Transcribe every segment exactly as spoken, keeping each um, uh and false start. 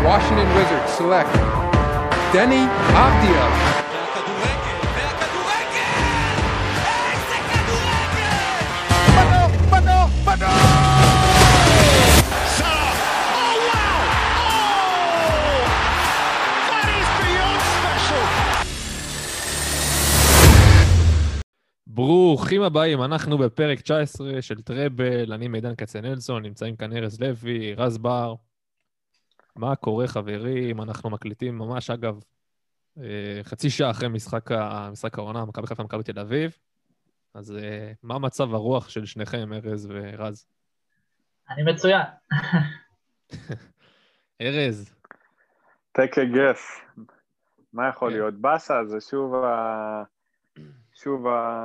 Washington Wizards select Deni Avdija. ברוכים הבאים, אנחנו בפרק תשע עשרה של טראבל, אני מידן כצנלסון, נמצאים כאן ארז לוי, רז בר. מה קורה חברים? אנחנו מקליטים ממש אגב חצי שעה אחרי משחק, משחק העונה, מכבי חיפה מכבי תל אביב. אז מה מצב הרוח של שניכם, ארז ורז? אני מצוין. ארז. take a guess. מה יכול להיות? בסה זה שוב ה... שוב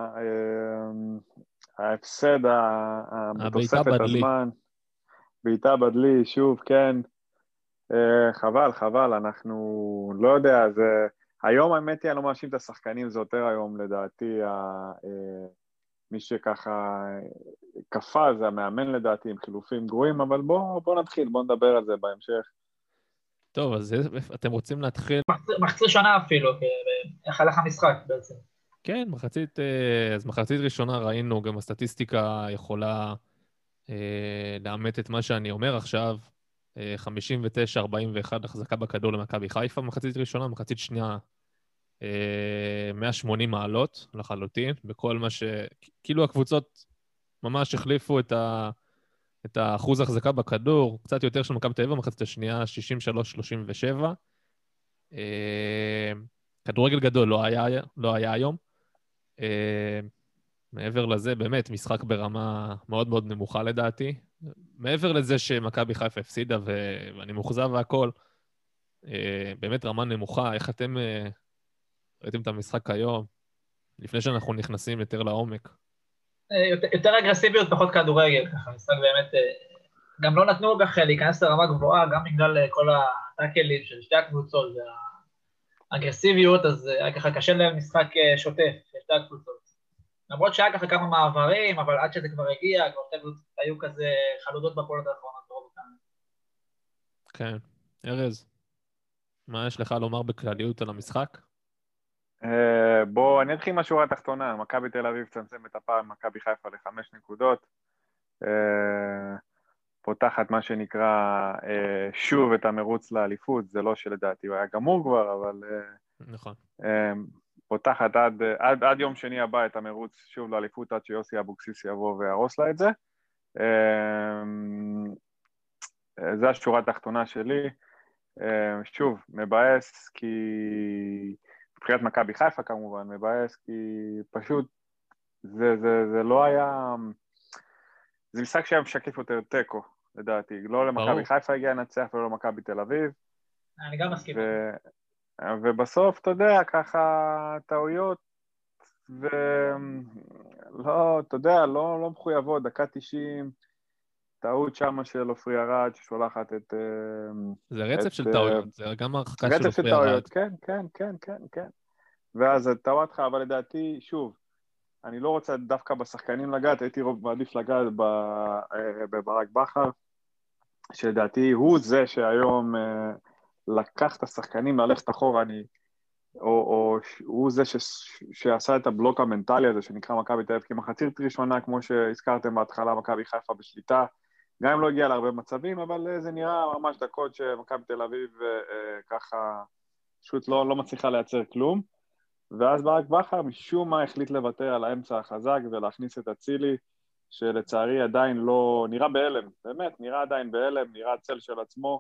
ההפסד בתוספת הזמן, בעיטה בדלי, שוב, כן, חבל, חבל, אנחנו, לא יודע, זה, היום האמת היא, אני לא מאשים את השחקנים, זה יותר היום, לדעתי, מי שככה קפה, זה המאמן לדעתי, עם חילופים גרועים, אבל בואו בוא נתחיל, בואו נדבר על זה בהמשך. טוב, אז אתם רוצים להתחיל? מחצית ראשונה אפילו, איך הלך המשחק בעצם. כן, מחצית, אז מחצית ראשונה ראינו, גם הסטטיסטיקה יכולה אה, לאמת את מה שאני אומר עכשיו, אה, חמישים ותשע ארבעים ואחת החזקה בכדור למכבי חיפה, מחצית ראשונה, מחצית שנייה, אה, מאה ושמונים מעלות לחלוטין, בכל מה ש... כאילו הקבוצות ממש החליפו את, ה, את האחוז החזקה בכדור, קצת יותר של מכבי תל אביב, מחצית השנייה, שישים ושלוש שלושים ושבע. אה, כדורגל גדול לא היה, לא היה היום. Uh, מעבר לזה, באמת, משחק ברמה מאוד מאוד נמוכה לדעתי. מעבר לזה שמכבי חיפה הפסידה ו... ואני מוחזב והכל, uh, באמת רמה נמוכה. איך אתם uh, ראיתם את המשחק היום, לפני שאנחנו נכנסים יותר לעומק? יותר, יותר אגרסיביות, פחות כדורגל, ככה, משחק באמת, גם לא נתנו כך להיכנס לרמה גבוהה, גם בגלל כל הטאקלים של שתי הקבוצות, האגרסיביות, אז היה ככה קשה להם משחק שוטף, של שתי הקבוצות. למרות שהיה ככה כמה מעברים, אבל עד שזה כבר הגיע, כבר היו כזה חלודות בפעולות האחרונות. כן. ארז, מה יש לך לומר בכלליות על המשחק? בוא, אני אתחיל מהשורה התחתונה. מכבי תל אביב צמצם את הפער מכבי חיפה לחמש נקודות. פותחת מה שנקרא שוב את המרוץ לאליפות, זה לא שלדעתי הוא היה גמור כבר, אבל נכון. פותחת עד, עד, עד יום שני הבא את המרוץ שוב לאליפות, עד שיוסי אבוקסיס יבוא וירוס לה את זה. זה השורה התחתונה שלי. שוב, מבאס כי, מבחינת מכבי חיפה כמובן, מבאס כי פשוט זה, זה, זה לא היה... זה משחק שהיה משקף יותר טקו, לדעתי. לא למכבי חיפה הגיע לנצח ולא למכבי תל אביב. אני גם מסכים. ובסוף, אתה יודע, ככה טעויות, ולא, אתה יודע, לא, לא מחויבות, דקה תשעים, טעות שמה של אופרי ארד, ששולחת את... זה רצף של טעויות, זה גם הרחקה של רצף של אופרי ארד. טעויות, כן, כן, כן, כן, כן. ואז טעות לך, אבל לדעתי, שוב, אני לא רוצה דווקא בשחקנים לגעת, הייתי מעדיף לגעת בברק בכר, שלדעתי הוא זה שהיום לקח את השחקנים ללכת אחורה, אני, או, או הוא זה ש, שעשה את הבלוק המנטלי הזה שנקרא מכבי תל אביב, כי מחצית ראשונה, כמו שהזכרתם בהתחלה, מכבי חיפה בשליטה, גם אם לא הגיע להרבה מצבים, אבל זה נראה ממש דקות שמכבי תל אביב ככה פשוט לא, לא מצליחה לייצר כלום. ואז ברק בכר משום מה החליט לוותר על האמצע החזק ולהכניס את הצילי, שלצערי עדיין לא, נראה בהלם, באמת, נראה עדיין בהלם, נראה צל של עצמו.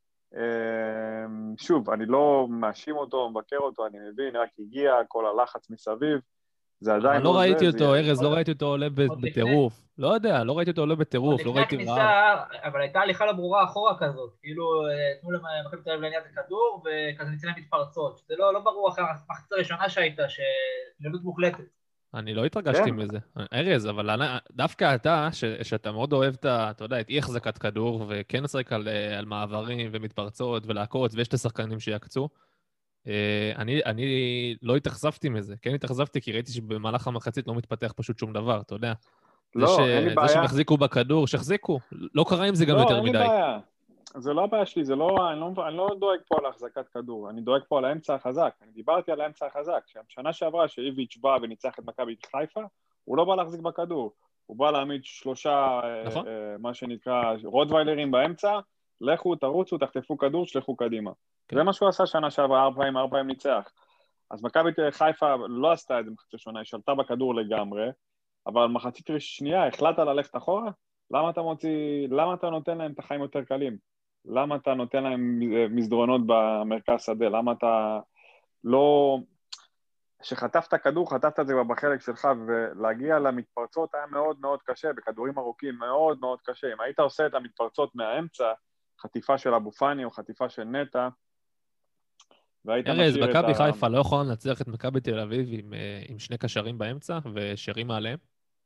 שוב, אני לא מאשים אותו, מבקר אותו, אני מבין, רק הגיע, כל הלחץ מסביב, זה עדיין לא ראיתי אותו, ארז, לא ראיתי אותו עולה בטירוף. לא יודע, לא ראיתי אותו עולה בטירוף, לא ראיתי רעב. אבל הייתה הליכה לברורה אחורה כזאת, כאילו, תנו למכבי תל אביב לעניין את הכדור, וכזה נצא להם מתפרצות. זה לא ברור אחרי המחצית הראשונה שהייתה, שללות מוחלטת. אני לא התרגשתי מזה. ארז, אבל דווקא אתה, שאתה מאוד אוהב את, אתה יודע, את אי החזקת כדור, וכן נשחק על מעברים ומתפרצות ולעקוץ, ויש את השחקנים שיקצו, אני, אני לא התאכזבתי מזה, כן התאכזבתי כי ראיתי שבמהלך המחצית לא מתפתח פשוט שום דבר, אתה יודע. לא, זה ש... אין לי בעיה. זה שהם החזיקו בכדור, שהחזיקו, לא קרה עם זה גם לא, יותר אין מדי. לי בעיה. זה לא הבעיה שלי, זה לא, אני לא, אני לא דואג פה על החזקת כדור, אני דואג פה על האמצע החזק, אני דיברתי על האמצע החזק, שנה שעברה שאיביץ' בא וניצח את מכבי חיפה, הוא לא בא להחזיק בכדור, הוא בא להעמיד שלושה, נכון. אה, מה שנקרא, רוטוויילרים באמצע, לכו, תרוצו, תחטפו כדור, שלחו קדימה. כן. זה מה שהוא עשה שנה שעברה, ארבע פעמים, ארבע פעמים ניצח. אז מכבי חיפה לא עשתה את זה מחצית ראשונה, היא שלטה בכדור לגמרי, אבל מחצית שנייה החלטת ללכת אחורה? למה אתה מוציא, למה אתה נותן להם את החיים יותר קלים? למה אתה נותן להם מסדרונות במרכז שדה? למה אתה לא... שחטפת כדור, חטפת את זה בחלק שלך, ולהגיע למתפרצות היה מאוד מאוד קשה, בכדורים ארוכים מאוד מאוד קשה. אם היית עושה את המתפרצות מהאמצע, חטיפה של אבו פאני או חטיפה של נטע, והיית משאיר את ה... ארז, מכבי חיפה לא יכולה לנצח את מכבי תל אביב עם, עם שני קשרים באמצע ושרים עליהם?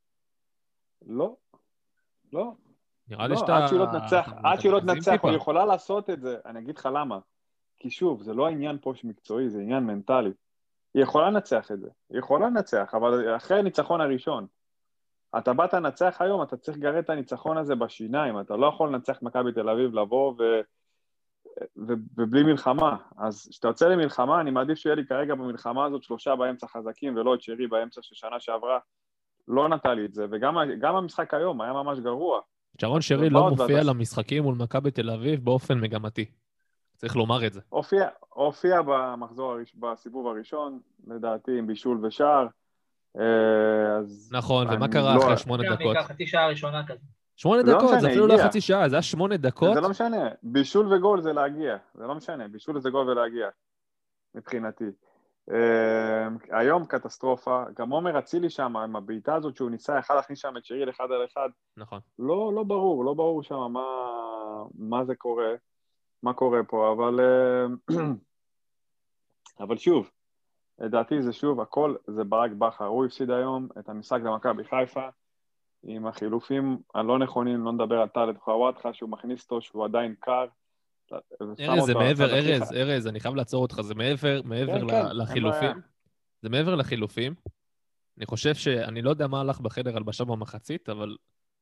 לא, לא. נראה לי לא, שאתה... עד שהיא לא תנצח, עד שהיא לא תנצח, היא טיפה. יכולה לעשות את זה, אני אגיד לך למה. כי שוב, זה לא העניין פה שמקצועי, זה עניין מנטלי. היא יכולה לנצח את זה, היא יכולה לנצח, אבל אחרי הניצחון הראשון, אתה באת לנצח היום, אתה צריך לגרד את הניצחון הזה בשיניים, אתה לא יכול לנצח מכבי תל אביב, לבוא ו... ו... ובלי מלחמה. אז כשאתה יוצא למלחמה, אני מעדיף שיהיה לי כרגע במלחמה הזאת שלושה באמצע חזקים, ולא את שרי באמצע ששנה שעברה, לא נתן לי את זה, וגם גם המשחק היום היה ממש גרוע. שרון שרי לא מופיע למשחקים מול מכבי תל אביב באופן מגמתי. צריך לומר את זה. הופיע, הופיע במחזור, בסיבוב הראשון, לדעתי, עם בישול ושער. נכון, ומה קרה אחרי שמונה דקות? חצי שעה ראשונה כזה. שמונה דקות, זה אפילו לא חצי שעה, זה היה שמונה דקות. זה לא משנה, בישול וגול זה להגיע, זה לא משנה, בישול זה גול ולהגיע, מבחינתי. היום קטסטרופה, גם עומר אצילי שם, עם הבעיטה הזאת שהוא ניסה, יכל להכניס שם את שרי לאחד על אחד. נכון. לא, לא ברור, לא ברור שם מה, מה זה קורה, מה קורה פה, אבל, אבל שוב, לדעתי זה שוב, הכל זה ברק בכר, הוא הפסיד היום את המשחק למכבי חיפה, עם החילופים הלא נכונים, לא נדבר על טלב חוואטחה, שהוא מכניס אותו, שהוא עדיין קר. ארז, זה מעבר, ארז, ארז, אני חייב לעצור אותך, זה מעבר, מעבר לחילופים. זה מעבר לחילופים. אני חושב שאני לא יודע מה הלך בחדר הלבשה במחצית, אבל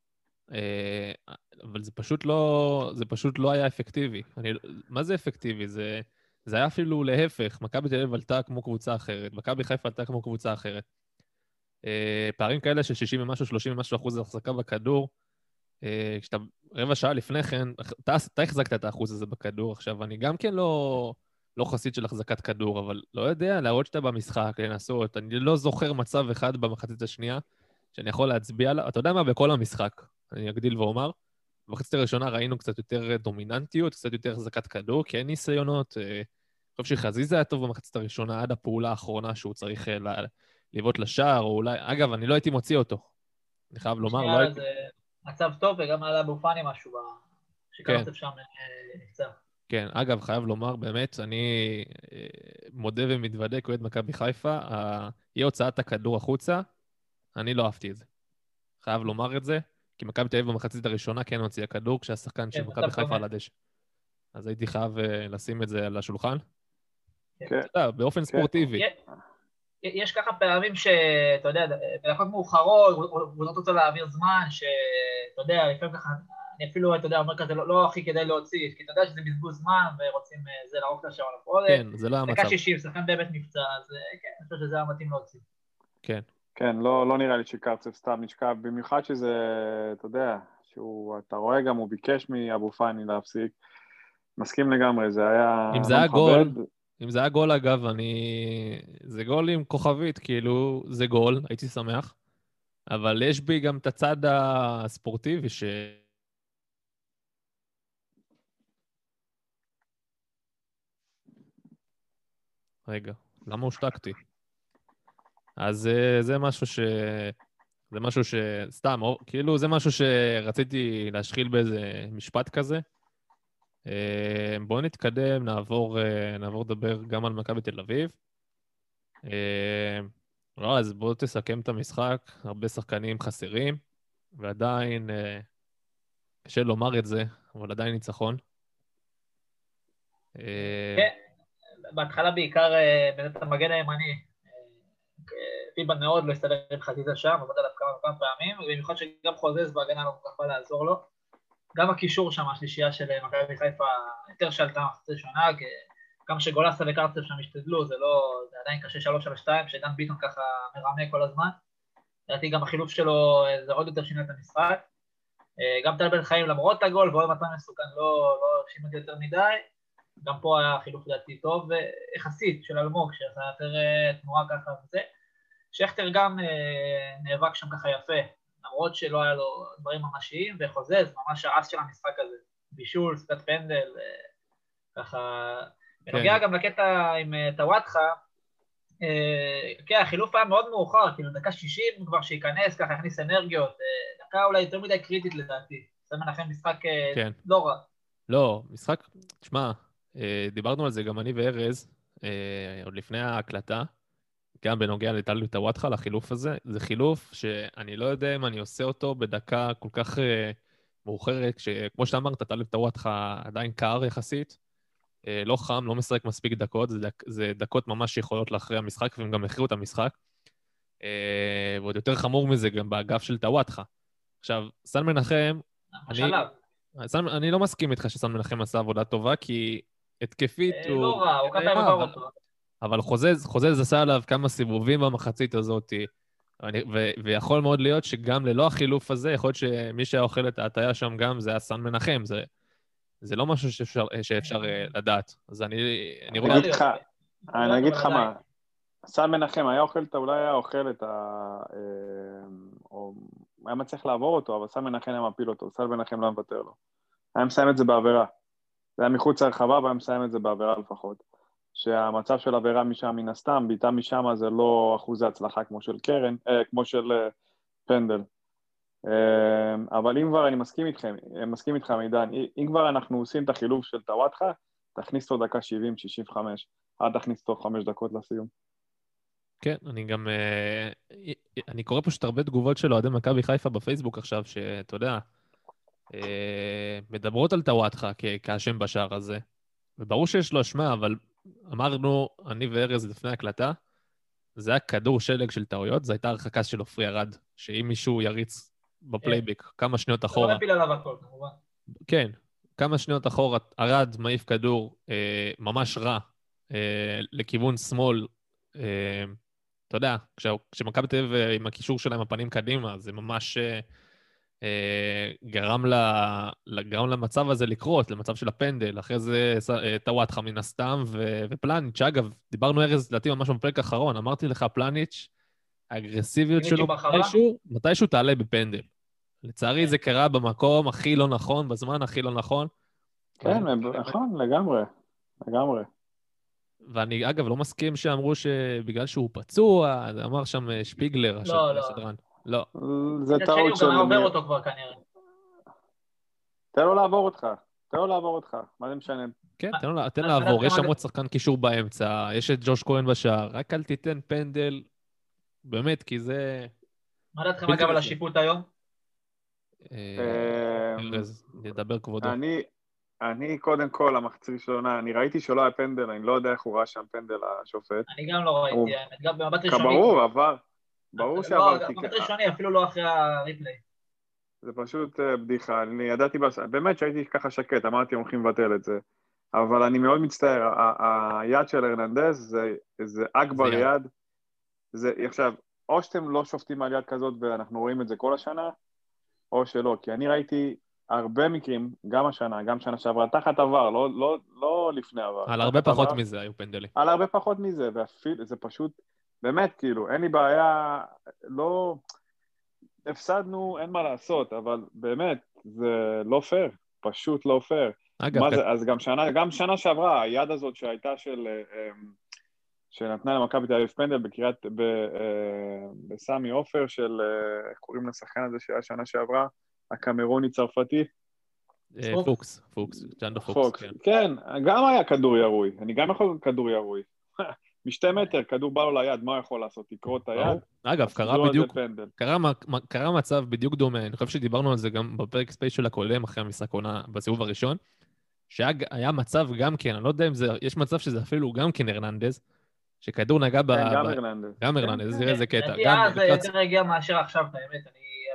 אבל זה פשוט לא, זה פשוט לא היה אפקטיבי. אני, מה זה אפקטיבי? זה, זה היה אפילו להפך. מכבי תל אביב עלתה כמו קבוצה אחרת, מכבי חיפה עלתה כמו קבוצה אחרת. פערים כאלה של שישים ומשהו, שלושים ומשהו אחוז החזקה בכדור, כשאתה רבע שעה לפני כן, אתה, אתה החזקת את האחוז הזה בכדור. עכשיו, אני גם כן לא, לא חסיד של החזקת כדור, אבל לא יודע, להראות שאתה במשחק, לנסות. אני לא זוכר מצב אחד במחצית השנייה, שאני יכול להצביע לה. אתה יודע מה? בכל המשחק, אני אגדיל ואומר, במחצית הראשונה ראינו קצת יותר דומיננטיות, קצת יותר החזקת כדור, כן ניסיונות. אני חושב שחזיזה היה טוב במחצית הראשונה, עד הפעולה האחרונה שהוא צריך לבעוט לשער, או אולי... אגב, אני לא הייתי מוציא אותו. אני חייב לומר, לא הייתי... זה מצב טוב, וגם על אבו פאני משהו שקרצף שם קצת. כן, אגב, חייב לומר, באמת, אני מודה ומתוודה, כאוהד מכבי חיפה, היא הוצאת הכדור החוצה, אני לא אהבתי את זה. חייב לומר את זה, כי מכבי תל אביב במחצית הראשונה כן הוציאה כדור, כשהשחקן של מכבי חיפה על הדשא. אז הייתי חייב לשים את זה על השולחן. אתה יודע, באופן ספורטיבי. יש ככה פעמים שאתה יודע, בלחות מאוחרות, הוא לא רוצה להעביר זמן, שאתה יודע, לפעמים ככה, אני אפילו, אתה יודע, אומר כזה, לא הכי כדאי להוציא, כי אתה יודע שזה בזבוז זמן, ורוצים זה לערוך את השעון הפרודק. כן, זה לא המצב. דקה שישים, שחקן באמת נפצע, אז כן, אני חושב שזה היה מתאים להוציא. כן. כן, לא, לא נראה לי שקרצף סתם נשכב, במיוחד שזה, אתה יודע, שהוא, אתה רואה גם, הוא ביקש מאבו פאני להפסיק, מסכים לגמרי, זה היה... אם זה היה גול, אם זה היה גול, אגב, אני... זה גול עם כוכבית, כאילו, זה גול, הייתי שמח, אבל יש בי גם את הצד הספורטיבי ש... רגע, למה הושתקתי? אז זה משהו ש... זה משהו ש... סתם, כאילו זה משהו שרציתי להשחיל באיזה משפט כזה. בואו נתקדם, נעבור, נעבור לדבר גם על מכבי תל אביב. לא, אז בואו תסכם את המשחק, הרבה שחקנים חסרים, ועדיין, קשה לומר את זה, אבל עדיין ניצחון. כן, בהתחלה בעיקר באמת המגן הימני, פיבן מאוד לא הסתדר עם חזיזה שם, עבד עליו כמה וכמה פעמים, ובמיוחד שגם חוזז בהגנה לא כל כך בא לעזור לו. גם הקישור שם, השלישייה של מכבי חיפה, יותר שלטה מחצי ראשונה, גם שגולסה וקרצב שם השתדלו, זה לא, זה עדיין קשה שלוש על שתיים, שדן ביטון ככה מרמה כל הזמן. לדעתי גם החילוף שלו זה עוד יותר שינה את המשחק. גם טל בן חיים למרות הגול, ועוד מתן מסוכן לא, לא שימת יותר מדי. גם פה היה חילוף לדעתי טוב, ויחסית של אלמוג, שעשה יותר תנועה ככה וזה. שכטר גם נאבק שם ככה יפה, למרות שלא היה לו דברים ממשיים, וחוזז, ממש האס של המשחק הזה. בישול, סקת פנדל, ככה... בנוגע גם לקטע עם טוואטחה, כן, החילוף היה מאוד מאוחר, כאילו דקה שישים כבר שייכנס, ככה הכניס אנרגיות, דקה אולי יותר מדי קריטית לדעתי. זה מנחם משחק לא רע. לא, משחק, תשמע, דיברנו על זה גם אני וארז, עוד לפני ההקלטה, גם בנוגע לטל טוואטחה, לחילוף הזה, זה חילוף שאני לא יודע אם אני עושה אותו בדקה כל כך מאוחרת, כמו שאתה אמרת, טל טוואטחה עדיין קר יחסית, לא חם, לא משחק מספיק דקות, זה, דק, זה דקות ממש יכולות לאחרי המשחק, והם גם הכריעו את המשחק. ועוד יותר חמור מזה גם באגף של טוואטחה. עכשיו, סן מנחם, אני, סן, אני לא מסכים איתך שסן מנחם עשה עבודה טובה, כי התקפית הוא... לא רע, הוא כתב עבר אותו. אבל חוזז, חוזז עשה עליו כמה סיבובים במחצית הזאת, ו, ויכול מאוד להיות שגם ללא החילוף הזה, יכול להיות שמי שאוכל את ההטיה שם גם זה היה סן מנחם, זה... זה לא משהו שאפשר, שאפשר לדעת. אז אני, אני רואה... אגיד לך, אני אגיד לך מה, סן מנחם היה אוכל, אולי היה אוכל את ה... או היה מצליח לעבור אותו, אבל סן מנחם היה מפיל אותו, סן מנחם לא מוותר לו. היה מסיים את זה בעבירה. זה היה מחוץ הרחבה, והיה מסיים את זה בעבירה לפחות. שהמצב של עבירה משם מן הסתם, ביטה משם זה לא אחוז ההצלחה כמו של קרן, כמו של פנדל. אבל אם כבר אני מסכים איתכם, מסכים איתך מידן, אם כבר אנחנו עושים את החילוף של טוואטחה, תכניס אותו דקה שבעים שישים וחמש, עד תכניס אותו חמש דקות לסיום. כן, אני גם, אני קורא פשוט הרבה תגובות של אוהדי מכבי חיפה בפייסבוק עכשיו, שאתה יודע, מדברות על טוואטחה כאשם בשער הזה, וברור שיש לו אשמה, אבל אמרנו, אני וארז לפני הקלטה, זה היה כדור שלג של טעויות, זו הייתה הרחקה של עופרי ארד, שאם מישהו יריץ בפלייבק, כמה שניות אחורה... זה לא מפיל עליו הכל, כמובן. כן, כמה שניות אחורה, ארד מעיף כדור אה, ממש רע, אה, לכיוון שמאל, אה, אתה יודע, כשמכבי תל אביב עם הקישור שלהם הפנים קדימה, זה ממש אה, אה, גרם, ל, גרם למצב הזה לקרות, למצב של הפנדל, אחרי זה אה, טוואטחה מן הסתם, ו, ופלניץ', אגב, דיברנו ארז, לדעתי ממש בפרק האחרון, אמרתי לך, פלניץ', האגרסיביות שלו, מתישהו, מתישהו תעלה בפנדל. לצערי זה קרה במקום הכי לא נכון, בזמן הכי לא נכון. כן, נכון, לגמרי, לגמרי. ואני, אגב, לא מסכים שאמרו שבגלל שהוא פצוע, אמר שם שפיגלר, השדרן. לא. זה טעות של... הוא גם עובר אותו כבר כנראה. תן לו לעבור אותך, תן לו לעבור אותך, מה זה משנה? כן, תן לו לעבור, יש שם עוד שחקן קישור באמצע, יש את ג'וש כהן בשער, רק אל תיתן פנדל, באמת, כי זה... מה דעתכם אגב על השיפוט היום? ארז, נדבר כבודו. אני קודם כל, המחצית ראשונה, אני ראיתי שלא היה פנדל, אני לא יודע איך הוא ראה שם פנדל השופט. אני גם לא ראיתי, האמת, גם במבט ראשוני. ברור, עבר. ברור שעבר. במבט ראשוני, אפילו לא אחרי הריפלי. זה פשוט בדיחה, אני ידעתי, באמת שהייתי ככה שקט, אמרתי, הולכים לבטל את זה. אבל אני מאוד מצטער, היד של הרננדז זה אכבר יד. זה, עכשיו, או שאתם לא שופטים על יד כזאת ואנחנו רואים את זה כל השנה, או שלא, כי אני ראיתי הרבה מקרים, גם השנה, גם שנה שעברה, תחת עבר, לא, לא, לא לפני עבר. על הרבה פחות עבר, מזה היו פנדלים. על הרבה פחות מזה, ואפילו, זה פשוט, באמת, כאילו, אין לי בעיה, לא, הפסדנו, אין מה לעשות, אבל באמת, זה לא פייר, פשוט לא פייר. אגב, מה זה, אז גם שנה, גם שנה שעברה, היד הזאת שהייתה של... שנתנה למכבי תל אביב פנדל בקריאת, בסמי עופר של, איך קוראים לשחקן הזה שהיה שנה שעברה, הקמרוני צרפתי. פוקס, פוקס, ג'נדו פוקס. כן, גם היה כדור ירוי, אני גם יכול כדור ירוי. משתי מטר, כדור בא לו ליד, מה הוא יכול לעשות? תקרוא את היד? אגב, קרה בדיוק, קרה מצב בדיוק דומה, אני חושב שדיברנו על זה גם בפרק ספייס של הקודם, אחרי המשחק עונה בסיבוב הראשון, שהיה מצב גם כן, אני לא יודע אם זה, יש מצב שזה אפילו גם כן הרננדז, שכדור נגע ב... גם הרננדז. גם הרננדז, תראה איזה קטע. זה יותר הגיע מאשר עכשיו, האמת, אני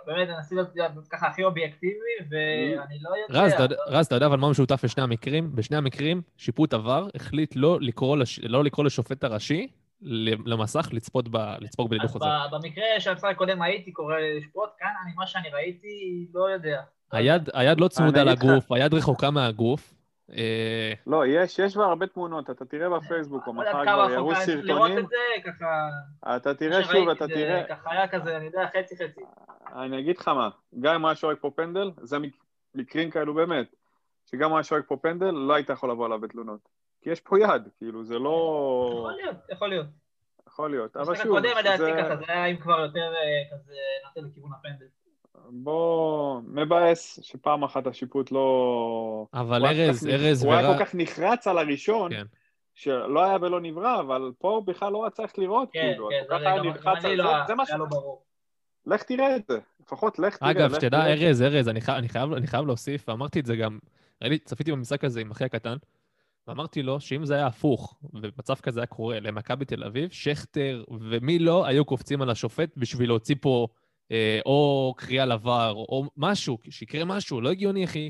באמת, ננסי להיות ככה הכי אובייקטיבי, ואני לא יודע. רז, אתה- רז, אתה יודע אבל מה משותף לשני המקרים? בשני המקרים, שיפוט עבר החליט לא לקרוא לש- לא לקרוא לשופט הראשי למסך לצפות ב- לצפות בלידוך אז חוזר. ב- במקרה של המשחק הקודם הייתי קורא לשפוט, כאן אני, מה שאני ראיתי, לא יודע. לא יודע. היד, היד לא צמודה אני אגיד לך- לגוף, היד רחוקה מהגוף. אה, לא, יש, יש כבר הרבה תמונות, אתה תראה בפייסבוק, או לא יודעת מחר כמה כבר יראו רחוקה, צריך לראות סרטונים, את זה, ככה... אתה תראה מה שוב, שראיתי אתה זה תראה, ככה היה כזה, אני יודע, חצי חצי. אני אגיד לך מה, גם אם היה שורק פה פנדל, זה מק- מקרים כאלו באמת, שגם אם היה שורק פה פנדל, לא היית יכול לבוא עליו בתלונות. כי יש פה יד, כאילו, זה לא... יכול להיות, יכול להיות. יכול להיות, אבל המשחק שוב, הקודם לדעתי זה... ככה, זה היה אם כבר יותר אה, כזה נוטה לכיוון הפנדל. בוא, מבאס שפעם אחת השיפוט לא... אבל הוא היה ארז, כל כך נכ- ארז הוא היה ורע- כל כך נחרץ על הראשון, כן. שלא היה ולא נברא, אבל פה הוא בכלל לא היה צריך לראות, כן, כאילו, כן, כל זה כך היה גם גם נלחץ אני על לא, זה, זה מה ש... היה לא ברור. לך תראה את זה, לפחות לך תראה. אגב, לך שתדע, תראה. ארז, ארז, אני חי- אני חייב אני חייב להוסיף, ואמרתי את זה גם, ראיתי, צפיתי במשחק הזה עם אחי הקטן, ואמרתי לו שאם זה היה הפוך, ומצב כזה היה קורה למכבי תל אביב, שכטר ומי לא היו קופצים על השופט בשביל להוציא פה אה, או קריאה לבר, או משהו, שיקרה משהו, לא הגיוני, אחי,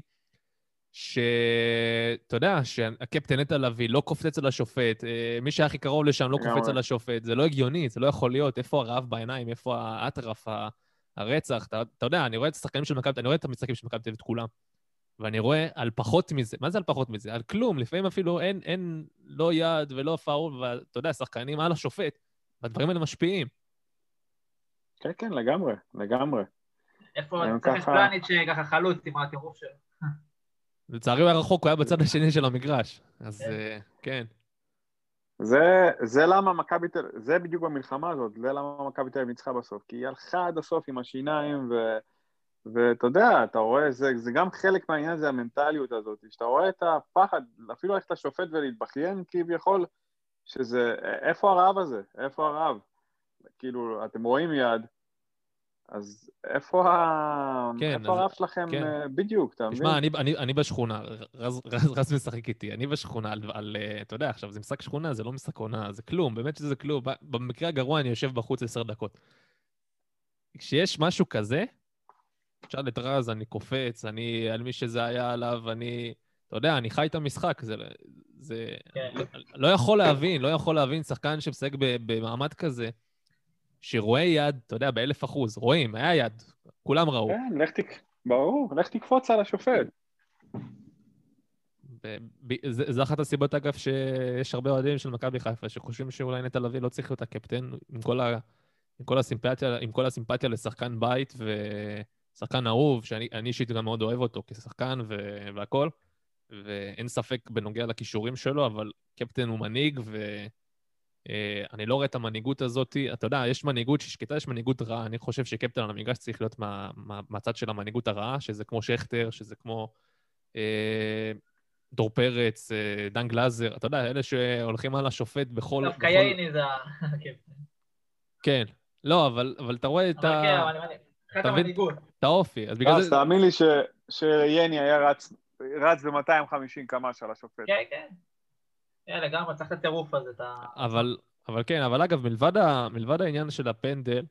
שאתה יודע, שהקפטן נטע לביא לא קופץ על השופט, אה, מי שהיה הכי קרוב לשם לא לגמרי. קופץ על השופט, זה לא הגיוני, זה לא יכול להיות, איפה הרעב בעיניים, איפה האטרף, ה- הרצח, אתה, אתה יודע, אני רואה את השחקנים של מכבי, אני רואה את המשחקים של מכבי תל אביב, את כולם. ואני רואה על פחות מזה, מה זה על פחות מזה? על כלום, לפעמים אפילו אין, אין לא יד ולא פאול, ואתה יודע, שחקנים על השופט, והדברים האלה משפיעים. כן, כן, לגמרי, לגמרי. איפה הם צריך את ככה- פלניץ' שככה חלוץ עם הטירוף שלו. לצערי הוא היה רחוק, הוא היה בצד השני של המגרש. אז כן. אה, כן. זה, זה למה מכבי תל, זה בדיוק במלחמה הזאת, זה למה מכבי תל אביב ניצחה בסוף, כי היא הלכה עד הסוף עם השיניים, ו, ואתה יודע, אתה רואה, זה, זה גם חלק מהעניין, זה המנטליות הזאת, שאתה רואה את הפחד, אפילו ללכת לשופט ולהתבכיין כביכול, שזה, איפה הרעב הזה? איפה הרעב? כאילו, אתם רואים יד, אז איפה, ה... כן, איפה אז- הרעב שלכם כן. אה, בדיוק, אתה מבין? תשמע, אני, אני, אני בשכונה, רז, רז, רז משחק איתי, אני בשכונה על, על, אה, אתה יודע, עכשיו, זה משחק שכונה, זה לא משחק עונה, זה כלום, באמת שזה כלום. ב- במקרה הגרוע אני יושב בחוץ עשר דקות. כשיש משהו כזה, תשאל את רז, אני קופץ, אני, על מי שזה היה עליו, אני, אתה יודע, אני חי את המשחק, זה, זה, כן. לא, לא יכול להבין, לא יכול להבין שחקן שמשחק ב- במעמד כזה, שרואה יד, אתה יודע, באלף אחוז, רואים, היה יד, כולם ראו. כן, לך תק... ברור, לך תקפוץ על השופט. ב- ב- זה, זה אחת הסיבות, אגב, שיש הרבה אוהדים של מכבי חיפה שחושבים שאולי נטע לביא לא צריך להיות הקפטן, עם כל, ה, עם כל הסימפתיה, עם כל הסימפתיה לשחקן בית ושחקן אהוב, שאני אני אישית גם מאוד אוהב אותו כשחקן ו, והכל, ואין ספק בנוגע לכישורים שלו, אבל קפטן הוא מנהיג, ואני לא רואה את המנהיגות הזאת. אתה יודע, יש מנהיגות ששקטה, יש מנהיגות רעה. אני חושב שקפטן על המגרש צריך להיות מה, מה, מהצד של המנהיגות הרעה, שזה כמו שכטר, שזה כמו... אה, דור פרץ, אה, דן גלאזר, אתה יודע, אלה שהולכים על השופט בכל... דווקא בכל- ייני זה הקפטן. כן. לא, אבל, אבל אתה רואה את, אבל כן, ה... אבל אני... מבחינת אתה מבין? המנהיגות. את האופי. אז בגלל אז זה... תאמין לי ש... שיני היה רץ, רץ ב-מאתיים וחמישים קמ"ש על השופט. כן, כן. כן, לגמרי, צריך את הטירוף הזה, את ה... אבל, אבל כן, אבל אגב, מלבד, ה... מלבד העניין של הפנדל,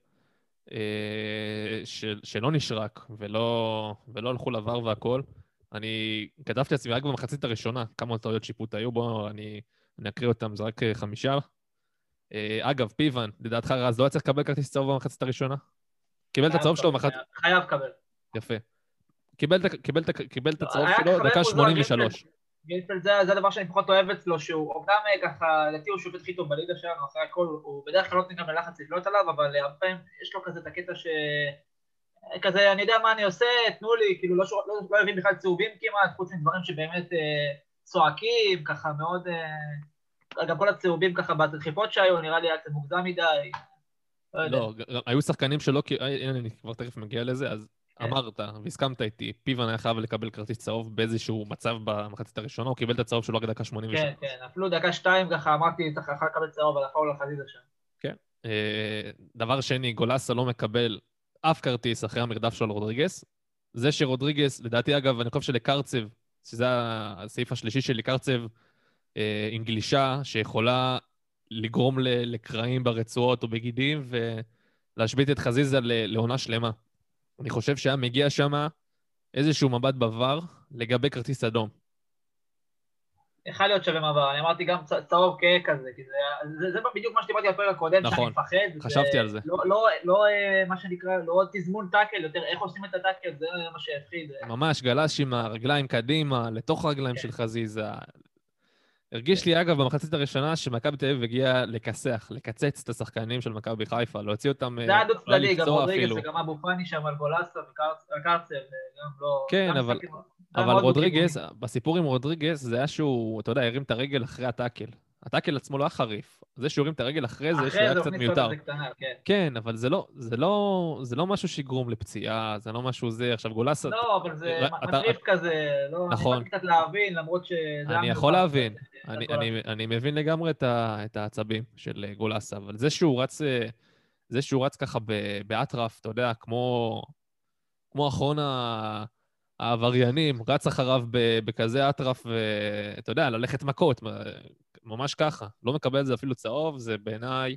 אה, של... שלא נשרק ולא, ולא הלכו לבר והכל, אני כתבתי לעצמי רק במחצית הראשונה, כמה טעויות שיפוט היו בו, אני, אני אקריא אותם, זה רק אה, חמישה. אה, אגב, פיוון, לדעתך רז, לא היה צריך לקבל כרטיס צהוב במחצית הראשונה? קיבל את הצהוב שלו במחצית... חייב לקבל. יפה. קיבל את ה- קיבל את ה- קיבל את הצהוב היה שלו, חבר דקה מוזר, שמונים ושלוש. גינפלד זה זה הדבר שאני פחות אוהב אצלו, שהוא אומנם אה, ככה, לדעתי הוא שופט הכי טוב בליגה שלנו, אחרי הכל, הוא בדרך כלל לא נותן גם ללחץ לפלוט עליו, אבל הרבה פעמים יש לו כזה את הקטע ש... כזה, אני יודע מה אני עושה, תנו לי, כאילו לא, שור... לא, לא אוהבים בכלל צהובים כמעט, חוץ מדברים שבאמת אה, צועקים, ככה מאוד... אה, גם כל הצהובים ככה בדחיפות שהיו, נראה לי היה קצת מוגזם מדי. לא יודע. לא, ג- היו שחקנים שלא... כי- אה, הנה, אני כבר תכף מגיע לזה, אז כן. אמרת, והסכמת איתי, פיוון היה חייב לקבל כרטיס צהוב באיזשהו מצב במחצית הראשונה, הוא קיבל את הצהוב שלו רק דקה שמונים ושלוש. כן, כן, אפילו דקה שתיים ככה אמרתי, צריך אחר לקבל צהוב על הפאול החזיזה שם. אה, דבר שני, גולסה לא מקבל אף כרטיס אחרי המרדף שלו על רודריגס. זה שרודריגס, לדעתי אגב, אני חושב שלקרצב, שזה הסעיף השלישי שלי, קרצב אה, עם גלישה שיכולה לגרום ל- לקרעים ברצועות או בגידים ולהשבית את חזיזה ל- לעונה שלמה. אני חושב שהיה מגיע שם איזשהו מבט בעבר לגבי כרטיס אדום. יכול להיות שווה מעבר, אני אמרתי גם צ- צהוב כזה, כי זה, זה, זה בדיוק מה שדיברתי בפרק הקודם, נכון, שאני מפחד. חשבתי זה, על זה. לא, לא, לא, אה, מה שנקרא, לא תזמון טאקל, יותר איך עושים את הטאקל, זה מה שהפחיד. ממש גלש עם הרגליים קדימה, לתוך הרגליים של חזיזה. הרגיש לי, אגב, במחצית הראשונה, שמכבי תל אביב הגיע לכסח, לקצץ את השחקנים של מכבי חיפה, להוציא אותם, זה היה דו צדדי, גם לפצוע רודריגס אפילו. וגם אבו פאני שם על גולסה וקרצב, גם לא... כן, גם אבל, משחקים- גם אבל מאוד רודריגס, דו-כיווני. בסיפור עם רודריגס, זה היה שהוא, אתה יודע, הרים את הרגל אחרי הטאקל. הטאקל עצמו לא היה חריף. זה שהוא הרים את הרגל אחרי זה, שהוא אחרי היה זה קצת הכניס עוד מיותר. איזה קטנה, כן. כן, אבל זה לא, זה לא, זה לא משהו שיגרום לפציעה, זה לא משהו זה. עכשיו, גולסה... לא, אבל זה אתה- מטריף כזה, לא, נכון. אני באתי קצת להבין, למרות שזה... אני היה יכול מיותר. להבין, זה אני, הכל. אני, אני מבין לגמרי את, ה, את העצבים של אה, גולסה, אבל זה שהוא רץ, אה, זה שהוא רץ ככה ב- באטרף, אתה יודע, כמו, כמו אחרון ה- העבריינים, רץ אחריו ב- בכזה אטרף, ואתה יודע, ללכת מכות, ממש ככה. לא מקבל את זה אפילו צהוב, זה בעיניי,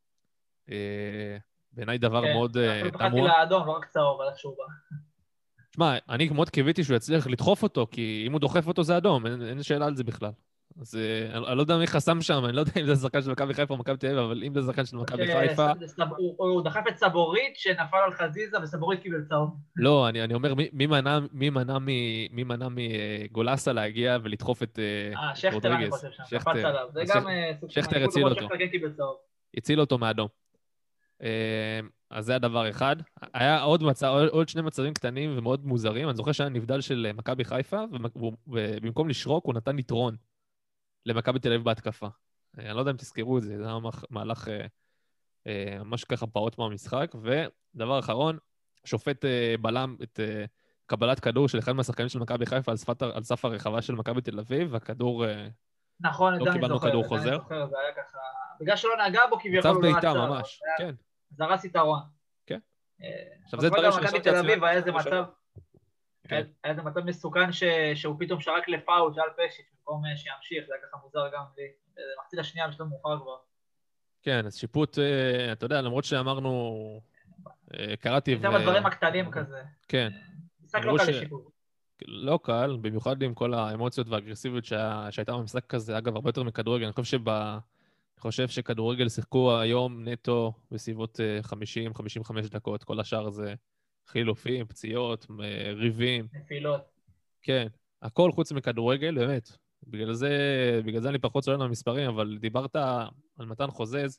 אה, בעיניי דבר כן, מאוד אה, אפילו פחדתי תמוה. לאדום, לא רק צהוב, על איך שהוא בא. שמע, אני מאוד קיוויתי שהוא יצליח לדחוף אותו, כי אם הוא דוחף אותו זה אדום, אין, אין שאלה על זה בכלל. אז אה, אני, אני לא יודע מי חסם שם, אני לא יודע אם זה שחקן של מכבי חיפה או מכבי תל אביב, אבל אם זה שחקן של מכבי חיפה... ש- הוא הוא דחף את סבורית שנפל על חזיזה, וסבורית קיבל צהוב. לא, אני, אני אומר, מי, מי מנע, מי מנע, מ- מי מנע מגולסה להגיע ולדחוף את אה, אה, שכטר אני רודריגז? חושב שם, שכטר. קפץ עליו. זה אז גם שכ- אה, סוג שכטר מנהיגות, הציל למרות אותו. שכטר כן קיבל צהוב. הציל אותו מאדום. אה, אז זה הדבר אחד. היה עוד, מצב, עוד שני מצבים קטנים ומאוד מוזרים. אני זוכר שהיה נבדל של מכבי חיפה, ובמקום לשרוק הוא נתן יתרון למכבי תל אביב בהתקפה. אה, אני לא יודע אם תזכרו את זה, זה היה מהלך אה, אה, ממש ככה פעוט מהמשחק. ודבר אחרון, שופט אה, בלם את אה, קבלת כדור של אחד מהשחקנים של מכבי חיפה על, שפת, על סף הרחבה של מכבי תל אביב, והכדור... אה, נכון, את לא זה אני קיבלנו זוכר, כדור את זה אני חוזר. זוכר, זה היה ככה... בגלל שלא נגע בו כביכול מצב הוא לא בעיטה עצר. ממש, זה היה- כן. זה הרס יתרון. כן. אה, עכשיו זה אבל דברים גם מכבי שחשבתי תל לעצמי, אביב היה איזה בשבוע מצב, שעבר. היה כן. היה איזה מצב מסוכן ש- שהוא פתאום שרק לפאול, שאל פשיץ' במקום אה, שימשיך, זה היה ככה מוזר גם לי. זה מחצית השנייה בשלב מאוחר כבר. כן, אז שיפוט, אה, אתה יודע, למרות שאמרנו, אה, קראתי יותר בדברים הקטנים כזה. כן. משחק לא אמרו קל ש- לשיפוט. לא קל, במיוחד עם כל האמוציות והאגרסיביות שה... שהייתה במשחק כזה, אגב, הרבה יותר מכדורגל. אני חושב, שב... אני חושב שכדורגל שיחקו היום נטו בסביבות חמישים עד חמישים וחמש דקות, כל השאר זה חילופים, פציעות, אה, ריבים. נפילות. כן, הכל חוץ מכדורגל, באמת. בגלל זה, בגלל זה אני פחות צוען על המספרים, אבל דיברת על מתן חוזז,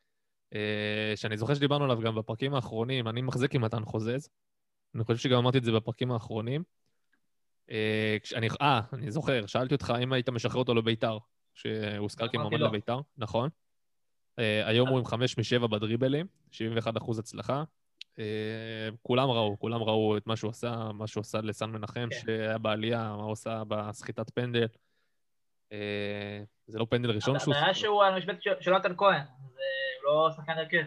אה, שאני זוכר שדיברנו עליו גם בפרקים האחרונים, אני מחזיק עם מתן חוזז, אני חושב שגם אמרתי את זה בפרקים האחרונים. אה, כשאני, אה, אני זוכר, שאלתי אותך אם היית משחרר אותו לביתר, שהוזכר אמרתי כמועמד לא. לביתר, נכון? אה, היום הוא עם חמש משבע בדריבלים, שבעים ואחד אחוז הצלחה. אה, כולם ראו, כולם ראו את מה שהוא עשה, מה שהוא עשה לסן מנחם, כן. שהיה בעלייה, מה הוא עשה בסחיטת פנדל. אה, זה לא פנדל ראשון שהוא... הבעיה שהוא על המשבצת של- של נתן כהן, זה לא שחקן הרכב.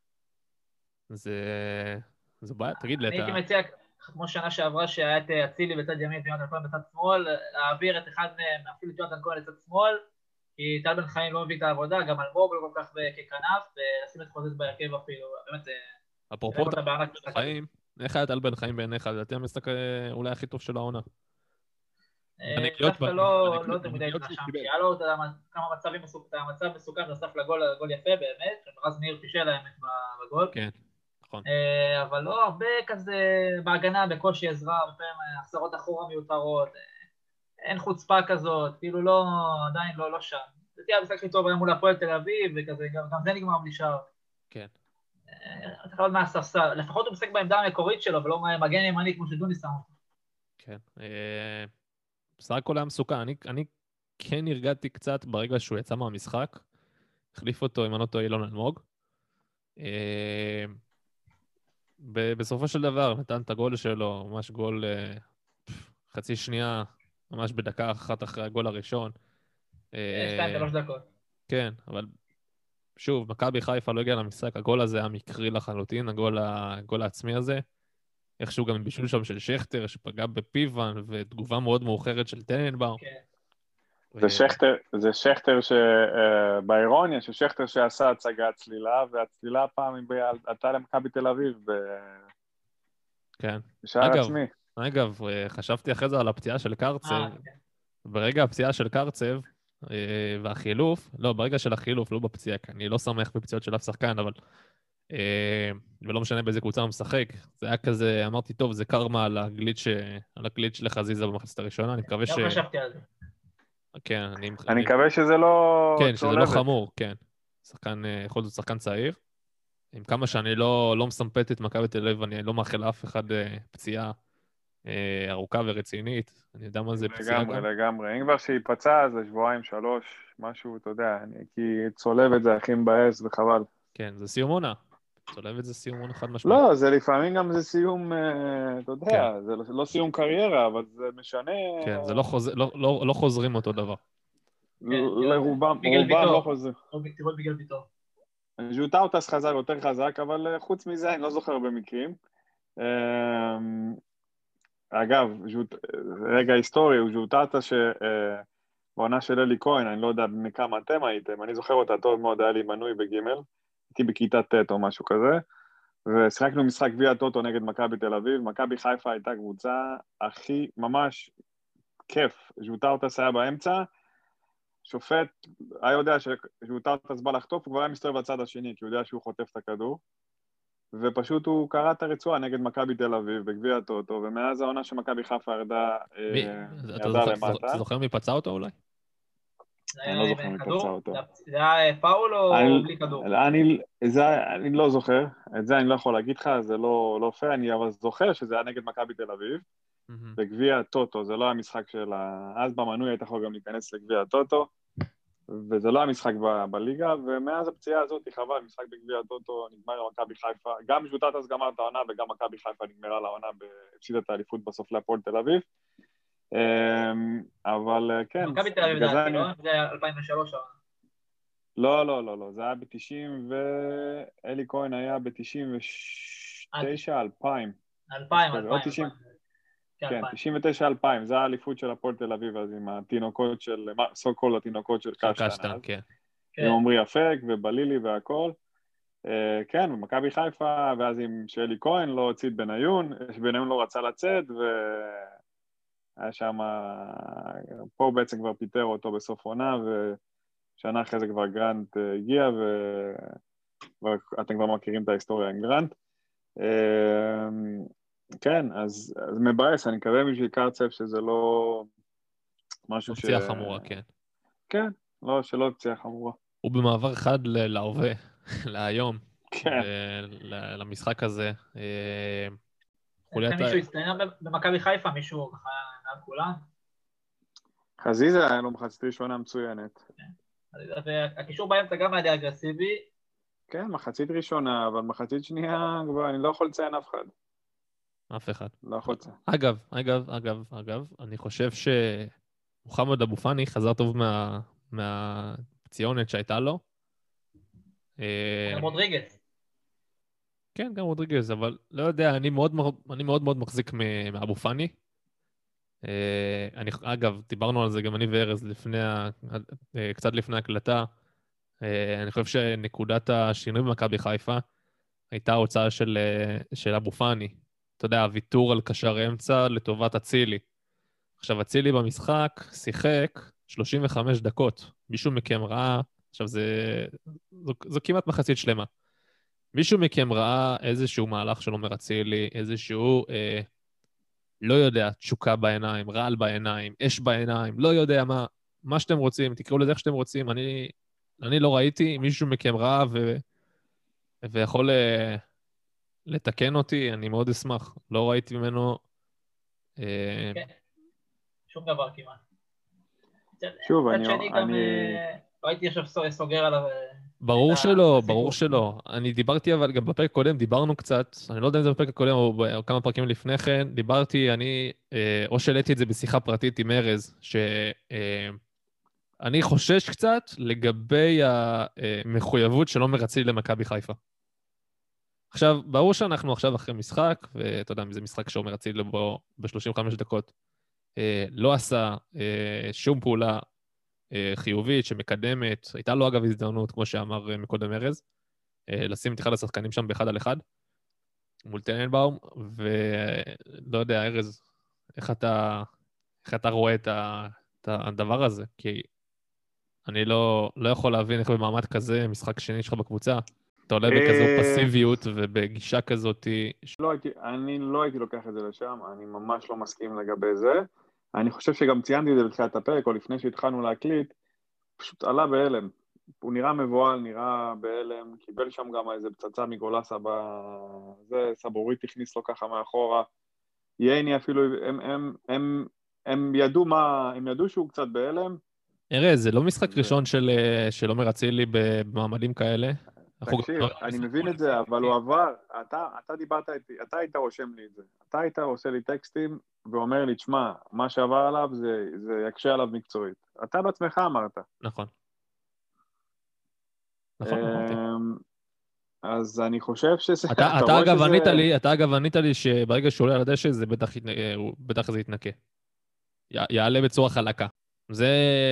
זה... זה בעיה, תגיד לי, אני הייתי אתה... מציע, כמו שנה שעברה שהיה את אצילי בצד ימין ויונתן כהן בצד שמאל, להעביר את אחד מהם, אפילו את יונתן כהן לצד שמאל, כי טל בן חיים לא מביא את העבודה, גם אלמוג לא כל כך ככנף, ולשים את חוזז בהרכב אפילו, באמת, אפרופו אותה טל בענק בן משחק. חיים, איך היה טל בן חיים בעיניך? לדעתי המשחק אה, אולי הכי טוב של העונה. בנגיעות- דווקא לא בנגיעות- לא יותר מדי בנגיעות שהוא התרשמתי, קיבל. היה לו את ה- כמה מצבים מסוכנים, המצב מסוכן נוסף לגול, גול יפה באמת, רז מאיר פישל האמת בגול. כן, נכון. אה, אבל לא הרבה כזה בהגנה, בקושי עזרה, הרבה פעמים החזרות אחורה מיותרות, אה, אין חוצפה כזאת, כאילו לא, עדיין לא, לא שם. זה תהיה המשחק הכי טוב היה מול הפועל תל אביב, וכזה, גם, גם זה נגמר בלי שער. כן. אה, צריך להיות מהספסל, לפחות הוא משחק בעמדה המקורית שלו, ולא מגן ימני כמו שדוני שם אותו. כן. אה, בסך הכל היה מסוכן. אני, אני כן הרגעתי קצת ברגע שהוא יצא מהמשחק. החליף אותו, אם אני לא טועה, אילון אלמוג. אה, ב- בסופו של דבר, נתן את הגול שלו, ממש גול אה, חצי שנייה, ממש בדקה אחת אחרי הגול הראשון. אה, שתיים, שלוש דקות. כן, אבל שוב, מכבי חיפה לא הגיע למשחק, הגול הזה היה מקרי לחלוטין, הגול, ה- הגול העצמי הזה. איכשהו גם בישול שם של שכטר, שפגע בפיוון, ותגובה מאוד מאוחרת של טננבאום. כן. זה שכטר, זה שכטר שבאירוניה, ששכטר שעשה הצגת צלילה, והצלילה הפעם היא עלתה למכבי תל אביב. ב... כן. בשער אגב, עצמי. אגב, חשבתי אחרי זה על הפציעה של קרצב, ברגע הפציעה של קרצב, והחילוף, לא, ברגע של החילוף, לא בפציעה, כי אני לא שמח בפציעות של אף שחקן, אבל, ולא משנה באיזה קבוצה הוא משחק, זה היה כזה, אמרתי, טוב, זה קרמה על הגליץ' על הגליץ' של חזיזה במחצית הראשונה, אני מקווה ש... לא חשבתי על זה. כן, אני... אני מקווה שזה לא כן, שזה לא צולבת. חמור, כן. שחקן, יכול להיות שחקן צעיר. עם כמה שאני לא, לא מסמפת את מכבי תל אביב, אני לא מאחל לאף אחד פציעה ארוכה ורצינית. אני יודע מה זה פציעה גם. לגמרי, לגמרי. אם כבר שיפצע, זה שבועיים, שלוש, משהו, אתה יודע, כי צולבת זה הכי מבאס וחבל. כן, זה סיום עונה. צולבת זה סיום עונה חד משמעית. לא, זה לפעמים גם זה סיום, אתה יודע, זה לא סיום קריירה, אבל זה משנה... כן, זה לא חוזרים אותו דבר. לרובם לא חוזרים. תראו בגלל ביתו. ז'וטאוטס חזר יותר חזק, אבל חוץ מזה אני לא זוכר במקרים. אגב, רגע היסטורי, הוא ז'וטאוטס שבעונה של אלי כהן, אני לא יודע מכמה אתם הייתם, אני זוכר אותה טוב מאוד, היה לי מנוי בגימל, הייתי בכיתה ט' או משהו כזה, ושחקנו משחק גביע הטוטו נגד מכבי תל אביב, מכבי חיפה הייתה קבוצה הכי ממש כיף, ז'וטאוטס היה באמצע, שופט, היה יודע שז'וטאוטס בא לחטוף, הוא כבר היה מסתובב בצד השני, כי הוא יודע שהוא חוטף את הכדור, ופשוט הוא קרא את הרצועה נגד מכבי תל אביב, בגביע הטוטו, ומאז העונה שמכבי חיפה ירדה למטה. אתה זוכר מי פצע אותו אולי? אני לא זוכר מי פצע אותו. זה היה פאול או בלי כדור? אני לא זוכר, את זה אני לא יכול להגיד לך, זה לא פייר, אני אבל זוכר שזה היה נגד מכבי תל אביב, בגביע הטוטו, זה לא המשחק של ה... אז במנוי היית יכול גם להיכנס לגביע הטוטו, וזה לא המשחק ב- בליגה, ומאז הפציעה הזאת היא חבל, משחק בגביע הטוטו נגמר למכבי חיפה, גם ז'וטאוטס גמר את העונה, וגם מכבי חיפה נגמרה לעונה, הפסידה את האליפות בסוף להפועל תל אביב, אבל כן. מכבי תל אביב זה לא? זה היה אלפיים ושלוש העונה. לא, לא, לא, לא, זה היה ב-תשעים, ואלי כהן היה ב-תשעים ותשע, אלפיים. אלפיים, אלפיים. כן, תשעים ותשע אלפיים, זה האליפות של הפועל תל אביב, אז עם התינוקות של, סו קול התינוקות של קשטן, כן. עם עמרי אפק ובלילי והכל, כן, במכבי חיפה, ואז עם שאלי כהן לא הוציא את בניון, בניון לא רצה לצאת, והיה שם, פה בעצם כבר פיטר אותו בסוף עונה, ושנה אחרי זה כבר גרנט הגיע, ואתם כבר מכירים את ההיסטוריה עם גרנט, כן, אז, אז מבאס, אני מקווה בשביל קרצב שזה לא משהו ש... פציעה חמורה, כן. כן, לא, שלא פציעה חמורה. הוא במעבר אחד להווה, להיום, כן. למשחק הזה. מישהו הסתנן במכבי חיפה, מישהו ככה מעל כולם? חזיזה היה לו מחצית ראשונה מצוינת. והקישור באמצע גם היה די אגרסיבי. כן, מחצית ראשונה, אבל מחצית שנייה, אני לא יכול לציין אף אחד. אף אחד. לא יכול לציין. אגב, אגב, אגב, אגב, אני חושב שמוחמד אבו פאני חזר טוב מהפציונת שהייתה לו. גם רודריגז. כן, גם רודריגז, אבל לא יודע, אני מאוד אני מאוד מאוד מחזיק מאבו פאני. אני, אגב, דיברנו על זה גם אני וארז לפני, קצת לפני הקלטה. אני חושב שנקודת השינוי במכבי חיפה הייתה ההוצאה של, של אבו פאני. אתה יודע, הוויתור על קשר אמצע לטובת אצילי. עכשיו, אצילי במשחק שיחק שלושים וחמש דקות. מישהו מכם ראה, עכשיו זה, זו, זו כמעט מחצית שלמה. מישהו מכם ראה איזשהו מהלך של עומר אצילי, איזשהו, אה, לא יודע, תשוקה בעיניים, רעל בעיניים, אש בעיניים, לא יודע מה, מה שאתם רוצים, תקראו לזה איך שאתם רוצים. אני, אני לא ראיתי, מישהו מכם ראה ו, ויכול אה, לתקן אותי, אני מאוד אשמח. לא ראיתי ממנו... אה... כן, שום דבר כמעט. שוב, אני... גם, לא הייתי עכשיו סוגר עליו... ברור שלא, ברור שלא. אני דיברתי, אבל גם בפרק הקודם דיברנו קצת, אני לא יודע אם זה בפרק הקודם או כמה פרקים לפני כן, דיברתי, אני, או שלטתי את זה בשיחה פרטית עם ארז, שאני חושש קצת לגבי המחויבות של עומר אצילי למכבי חיפה. עכשיו, ברור שאנחנו עכשיו אחרי משחק, ואתה יודע, זה משחק שעומר אצילי בו ב-שלושים וחמש דקות, לא עשה שום פעולה חיובית שמקדמת, הייתה לו אגב הזדמנות, כמו שאמר מקודם ארז, לשים את אחד השחקנים שם באחד על אחד, מול טננבאום, ולא יודע, ארז, איך אתה, איך אתה רואה את, ה, את הדבר הזה? כי אני לא, לא יכול להבין איך במעמד כזה, משחק שני שלך בקבוצה, אתה עולה בכזו פסיביות ובגישה כזאת. לא הייתי, אני לא הייתי לוקח את זה לשם, אני ממש לא מסכים לגבי זה. אני חושב שגם ציינתי את זה בתחילת הפרק, או לפני שהתחלנו להקליט, פשוט עלה בהלם. הוא נראה מבועל, נראה בהלם, קיבל שם גם איזה פצצה מגולסה בזה, סבורית הכניס לו ככה מאחורה. ייני אפילו, הם, הם, הם, הם ידעו מה, הם ידעו שהוא קצת בהלם. ארז, זה לא משחק ראשון של, של עומר אצילי במעמדים כאלה. תקשיב, אני מבין את זה, אבל הוא עבר, אתה, אתה דיברת איתי, אתה היית רושם לי את זה. אתה היית עושה לי טקסטים ואומר לי, תשמע, מה שעבר עליו זה, זה יקשה עליו מקצועית. אתה בעצמך אמרת. נכון. נכון, אמרתי. אז אני חושב שזה... אתה, אתה אגב ענית לי, אתה אגב ענית לי שברגע שהוא עולה על הדשא, זה בטח, בטח זה יתנקה. י, יעלה בצורה חלקה. זה,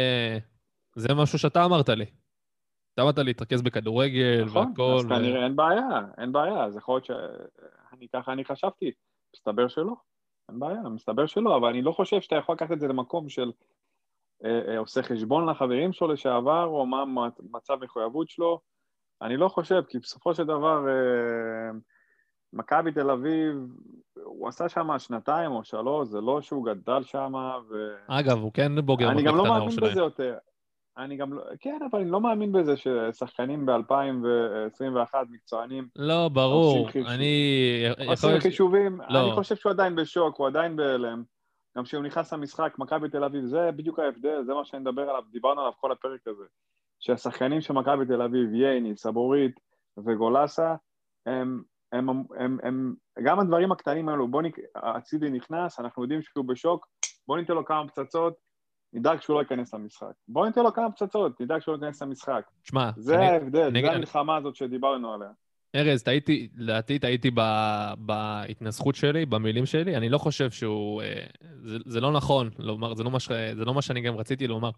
זה משהו שאתה אמרת לי. אתה אמרת לי, תרכז בכדורגל נכון, והכל. אז כנראה אין בעיה, אין בעיה. אז יכול להיות שאני ככה אני חשבתי. מסתבר שלא. אין בעיה, מסתבר שלא, אבל אני לא חושב שאתה יכול לקחת את זה למקום של אה, עושה חשבון לחברים שלו לשעבר, או מה מצב מחויבות שלו. אני לא חושב, כי בסופו של דבר, אה, מכבי תל אביב, הוא עשה שם שנתיים או שלוש, זה לא שהוא גדל שם, ו... אגב, הוא כן בוגר אני גם לא מאמין בזה יותר. אני גם לא... כן, אבל אני לא מאמין בזה ששחקנים ב-אלפיים עשרים ואחת מקצוענים... לא, ברור. אני... עושים חישובים. אני חושב שהוא עדיין בשוק, הוא עדיין בהלם. גם כשהוא נכנס למשחק, מכבי תל אביב, זה בדיוק ההבדל, זה מה שאני מדבר עליו, דיברנו עליו כל הפרק הזה. שהשחקנים של מכבי תל אביב, ייני, סבורית וגולסה, הם, הם, הם, הם, הם, גם הדברים הקטנים האלו, בוא נק... הצידי נכנס, אנחנו יודעים שהוא בשוק, בוא ניתן לו כמה פצצות, נדאג שהוא לא ייכנס למשחק. בוא ניתן לו כמה פצצות, נדאג שהוא לא ייכנס למשחק. שמה, זה אני, ההבדל, אני, זה אני... המלחמה הזאת שדיברנו עליה. ארז, תהיתי, לדעתי תהיתי ב... בהתנסחות שלי, במילים שלי, אני לא חושב שהוא... זה, זה לא נכון, לומר, זה, לא מה ש... זה לא מה שאני גם רציתי לומר.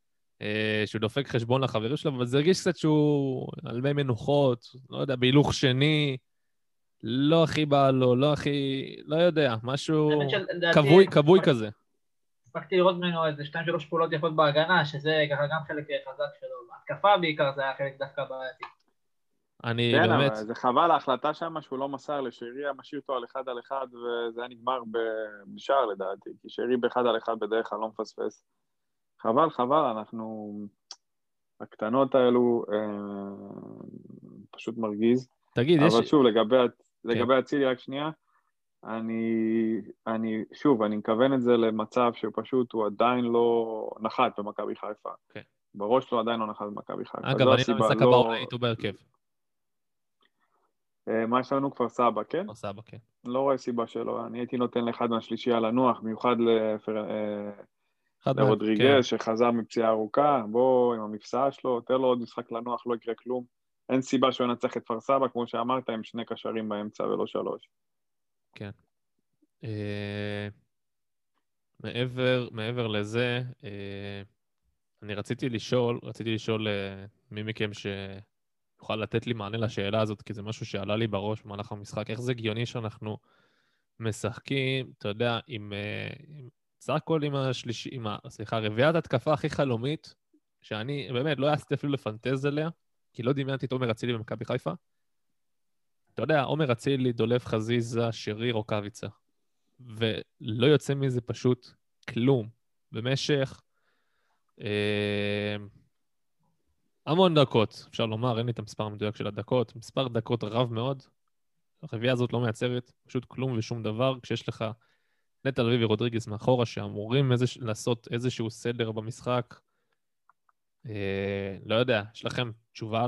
שהוא דופק חשבון לחברים שלו, אבל זה הרגיש קצת שהוא על מי מנוחות, לא יודע, בהילוך שני, לא הכי בא לו, לא הכי, לא יודע, משהו כבוי, כבוי כזה. הספקתי לראות ממנו איזה שתיים שלוש פעולות יפות בהגנה, שזה ככה גם חלק חזק שלו. התקפה בעיקר זה היה חלק דווקא בעייתי. אני כן, באמת... אבל זה חבל ההחלטה שם שהוא לא מסר לשרי, משאיר אותו על אחד על אחד, וזה היה נגמר בשער לדעתי, כי שרי באחד על אחד בדרך כלל לא מפספס. חבל, חבל, אנחנו... הקטנות האלו אה, פשוט מרגיז. תגיד, אבל יש... אבל שוב, לגבי, כן. לגבי הצילי, רק שנייה, אני, אני, שוב, אני מכוון את זה למצב שהוא פשוט, הוא עדיין לא נחת במכבי חיפה. כן. בראש שלו עדיין לא נחת במכבי חיפה. אגב, אני במשחק הבא אולי איתו בהרכב. מה יש לנו? כפר סבא, כן? כפר סבא, כן. לא רואה סיבה שלא. אני הייתי נותן לאחד מהשלישייה לנוח, מיוחד לפר... לרודריגז, כן. שחזר מפציעה ארוכה, בוא עם המפסעה שלו, תן לו עוד משחק לנוח, לא יקרה כלום. אין סיבה שהוא ינצח את כפר סבא, כמו שאמרת, עם שני קשרים באמצע ולא שלוש. כן. אה... מעבר, מעבר לזה, אה... אני רציתי לשאול, רציתי לשאול אה, מי מכם שיוכל לתת לי מענה לשאלה הזאת, כי זה משהו שעלה לי בראש במהלך המשחק. איך זה הגיוני שאנחנו משחקים, אתה יודע, עם... עם... סך הכל עם השלישי, עם ה... סליחה, רביעת התקפה הכי חלומית, שאני באמת לא יעשתי אפילו לפנטז עליה, כי לא דמיינתי את עומר אצילי במכבי חיפה. אתה יודע, עומר אצילי, דולב חזיזה, שרי, רוקאביצה. ולא יוצא מזה פשוט כלום. במשך אה... המון דקות, אפשר לומר, אין לי את המספר המדויק של הדקות, מספר דקות רב מאוד. הרביעה הזאת לא מייצרת פשוט כלום ושום דבר, כשיש לך נטע לביא ורודריגז מאחורה, שאמורים איזה, לעשות איזשהו סדר במשחק. אה, לא יודע, יש לכם תשובה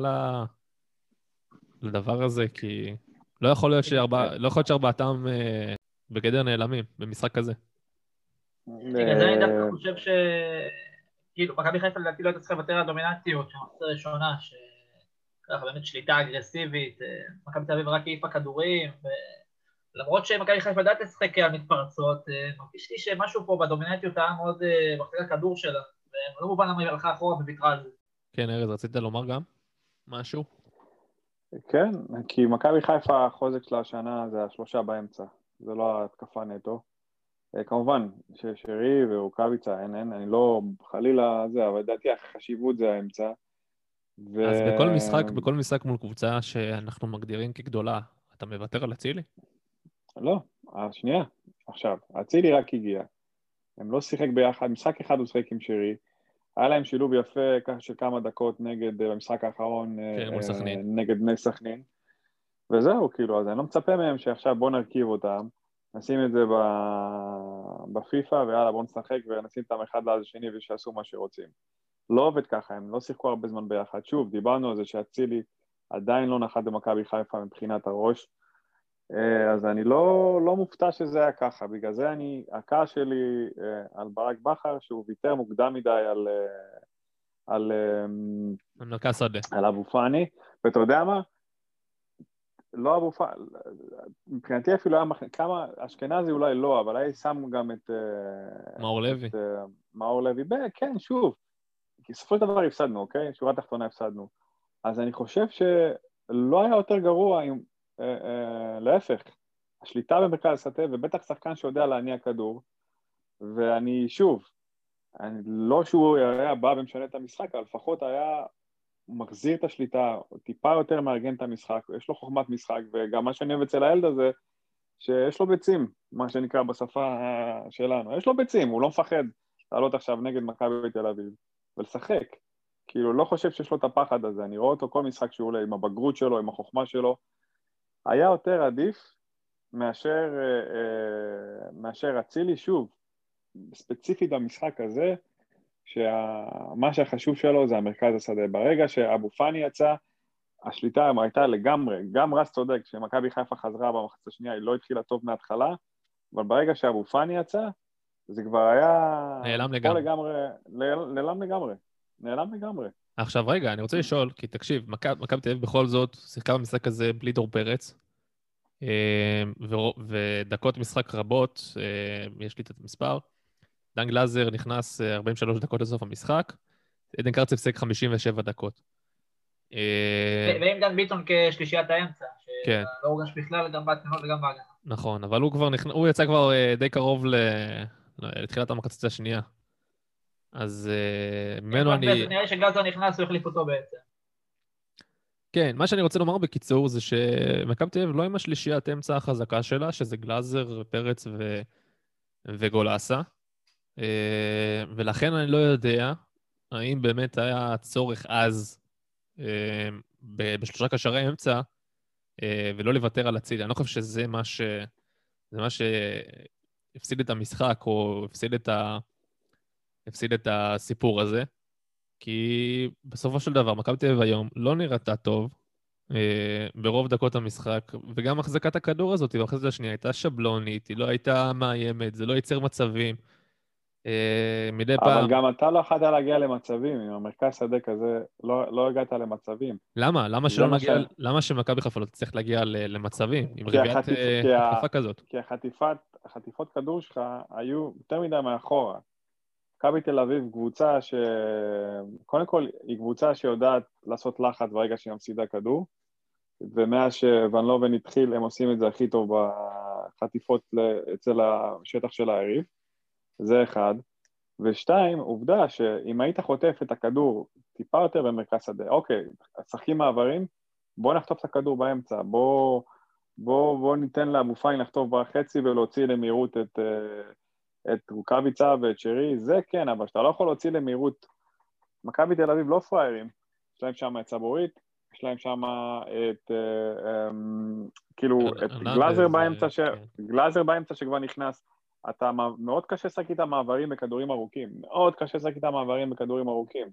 לדבר הזה, כי לא יכול להיות שארבע, לא יכול להיות שארבעתם אה, בגדר נעלמים במשחק כזה. בגלל זה אני דווקא חושב ש... כאילו, מכבי חיפה לדעתי לא הייתה צריכה לוותר על הדומיננטיות, שהמחצית הראשונה, שככה באמת שליטה אגרסיבית, מכבי תל אביב רק העיפה כדורים, ולמרות שמכבי חיפה יודעת לשחק על מתפרצות, מרגיש לי שמשהו פה בדומיננטיות היה מאוד מחזיק הכדור שלה, ולא מובן למה היא הלכה אחורה וויתרה על זה. כן, ארז, רצית לומר גם משהו? כן, כי מכבי חיפה, החוזק של השנה זה השלושה באמצע, זה לא ההתקפה נטו. כמובן, שרי ורוקאביצה, אין, אין, אני לא חלילה זה, אבל לדעתי החשיבות זה האמצע. ו... אז בכל משחק, בכל משחק מול קבוצה שאנחנו מגדירים כגדולה, אתה מוותר על אצילי? לא, השנייה, עכשיו, אצילי רק הגיע. הם לא שיחק ביחד, משחק אחד הוא שיחק עם שרי, היה להם שילוב יפה של כמה דקות נגד, במשחק האחרון, כן, מול סכנין. נגד בני סכנין, וזהו, כאילו, אז אני לא מצפה מהם שעכשיו בוא נרכיב אותם, נשים את זה בפיפה, ויאללה בוא נשחק ונשים אותם אחד ליד השני ושיעשו מה שרוצים. לא עובד ככה, הם לא שיחקו הרבה זמן ביחד. שוב, דיברנו על זה שאצילי עדיין לא נחת במכבי חיפה מבחינת הראש, אז אני לא, לא מופתע שזה היה ככה, בגלל זה אני, הכעס שלי על ברק בכר, שהוא ויתר מוקדם מדי על, על, מרכז שדה. על אבו פאני, ואתה יודע מה? לא אבו פאני, מבחינתי אפילו היה כמה, אשכנזי אולי לא, אבל היה שם גם את... מאור לוי. את, מאור לוי, כן, שוב, כי סופו של דבר הפסדנו, אוקיי? שורה תחתונה הפסדנו. אז אני חושב שלא היה יותר גרוע אם... אה, אה, להפך, השליטה במרכז השדה, ובטח שחקן שיודע להניע כדור, ואני שוב, אני, לא שהוא היה בא ומשנה את המשחק, אבל לפחות היה מחזיר את השליטה, טיפה יותר מארגן את המשחק, יש לו חוכמת משחק, וגם מה שאני אוהב אצל הילד הזה, שיש לו ביצים, מה שנקרא בשפה שלנו, יש לו ביצים, הוא לא מפחד לעלות עכשיו נגד מכבי תל אביב, ולשחק, כאילו לא חושב שיש לו את הפחד הזה, אני רואה אותו כל משחק שהוא עולה, עם הבגרות שלו, עם החוכמה שלו, היה יותר עדיף מאשר, מאשר אצילי, שוב, ספציפית במשחק הזה, שמה שהחשוב שלו זה המרכז השדה. ברגע שאבו פאני יצא, השליטה הייתה לגמרי, גם רס צודק, שמכבי חיפה חזרה במחצית השנייה, היא לא התחילה טוב מההתחלה, אבל ברגע שאבו פאני יצא, זה כבר היה... נעלם לגמרי. לגמרי נעלם לגמרי. נעלם לגמרי. עכשיו רגע, אני רוצה לשאול, כי תקשיב, מכבי תל אביב בכל זאת שיחקה במשחק הזה בלי דור פרץ, ודקות משחק רבות, יש לי את המספר, דן גלאזר נכנס ארבעים ושלוש דקות לסוף המשחק, עדן קרצב שיחק חמישים ושבע דקות. ועם דן ביטון כשלישיית האמצע, שלא הורגש בכלל גם בהתקנות וגם בהגנה. נכון, אבל הוא כבר נכנס, הוא יצא כבר די קרוב לתחילת המחצית השנייה. אז ממנו אני... נראה שגלאזר נכנס, הוא החליף אותו בעצם. כן, מה שאני רוצה לומר בקיצור זה שמכבי תל אביב לא עם השלישיית אמצע החזקה שלה, שזה גלאזר, פרץ ו... וגולסה, ולכן אני לא יודע האם באמת היה צורך אז בשלושה קשרי אמצע, ולא לוותר על אצילי. אני לא חושב שזה מה ש... זה מה שהפסיד את המשחק, או הפסיד את, ה... הפסיד את הסיפור הזה, כי בסופו של דבר, מכבי תל אביב היום לא נראתה טוב, ברוב דקות המשחק, וגם החזקת הכדור הזאת, במחצית השנייה, הייתה שבלונית, היא לא הייתה מאיימת, זה לא ייצר מצבים. מדי פעם... אבל גם אתה לא יכולת להגיע למצבים, עם המרכז שדה כזה, לא, לא הגעת למצבים. למה? למה שלא נגיע, ש... למה שמכבי חיפה לא תצטרך להגיע למצבים, עם רביעת החטיפ... התקפה כזאת? כי החטיפת, החטיפות כדור שלך היו יותר מדי מאחורה. מכבי תל אביב קבוצה ש... קודם כל, היא קבוצה שיודעת לעשות לחץ ברגע שהיא מפסידה כדור, ומאז שוון לובן התחיל, הם עושים את זה הכי טוב בחטיפות אצל השטח של היריב. זה אחד. ושתיים, עובדה שאם היית חוטף את הכדור טיפה יותר במרכז שדה, אוקיי, שחקים מעברים, בוא נחטוף את הכדור באמצע, בוא, בוא, בוא ניתן לאבו פאני לחטוף בחצי ולהוציא למהירות את... את רוקאביצה ואת שרי, זה כן, אבל שאתה לא יכול להוציא למהירות, מכבי תל אביב לא פריירים, יש להם שם את סבורית, יש להם שם את, כאילו, את גלאזר באמצע, גלאזר באמצע שכבר נכנס, אתה מאוד קשה לשחק איתם מעברים בכדורים ארוכים, מאוד קשה לשחק איתם מעברים בכדורים ארוכים,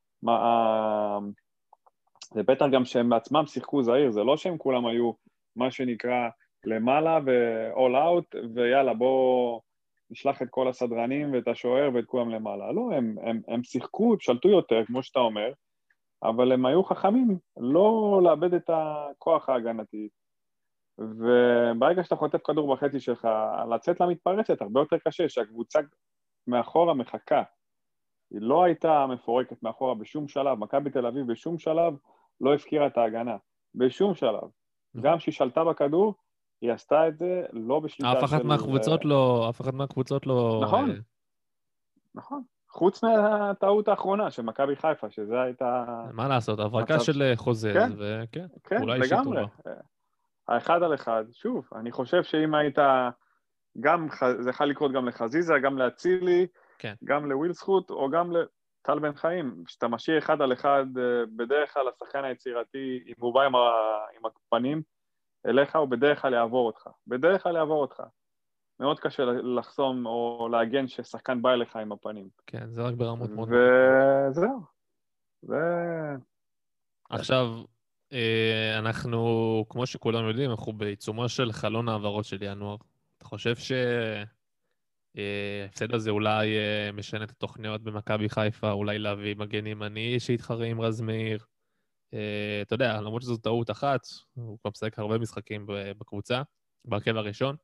זה בטח גם שהם בעצמם שיחקו זהיר, זה לא שהם כולם היו מה שנקרא למעלה ו-all out, ויאללה בוא... נשלח את כל הסדרנים ואת השוער ואת כולם למעלה. לא, הם, הם, הם שיחקו, הם שלטו יותר, כמו שאתה אומר, אבל הם היו חכמים, לא לאבד את הכוח ההגנתי. וברגע שאתה חוטף כדור בחצי שלך, לצאת למתפרצת, הרבה יותר קשה, שהקבוצה מאחורה מחכה. היא לא הייתה מפורקת מאחורה בשום שלב, מכבי תל אביב בשום שלב לא הפקירה את ההגנה. בשום שלב. גם כשהיא שלטה בכדור, היא עשתה את זה לא בשליטה של... אף אחת מהקבוצות לא, אף אחת מהקבוצות לא... נכון, נכון. חוץ מהטעות האחרונה של מכבי חיפה, שזה הייתה... מה לעשות, הברקה של חוזז, וכן, כן, לגמרי. האחד על אחד, שוב, אני חושב שאם היית... גם, זה יכול לקרות גם לחזיזה, גם להצילי, גם לוויל זכות, או גם לטל בן חיים, שאתה משאיר אחד על אחד, בדרך כלל השחקן היצירתי, אם הוא בא עם, ה... עם הפנים אליך, הוא בדרך כלל יעבור אותך. בדרך כלל יעבור אותך. מאוד קשה לחסום או להגן ששחקן בא אליך עם הפנים. כן, זה רק ברמות מאוד. וזהו. ו... עכשיו, אנחנו, כמו שכולם יודעים, אנחנו בעיצומו של חלון העברות של ינואר. אתה חושב שההפסד הזה אולי משנה את התוכניות במכבי חיפה, אולי להביא מגן ימני שיתחרה עם רז מאיר? אתה יודע, למרות שזו טעות אחת, הוא כבר משחק הרבה משחקים בקבוצה, בהרכב הראשון.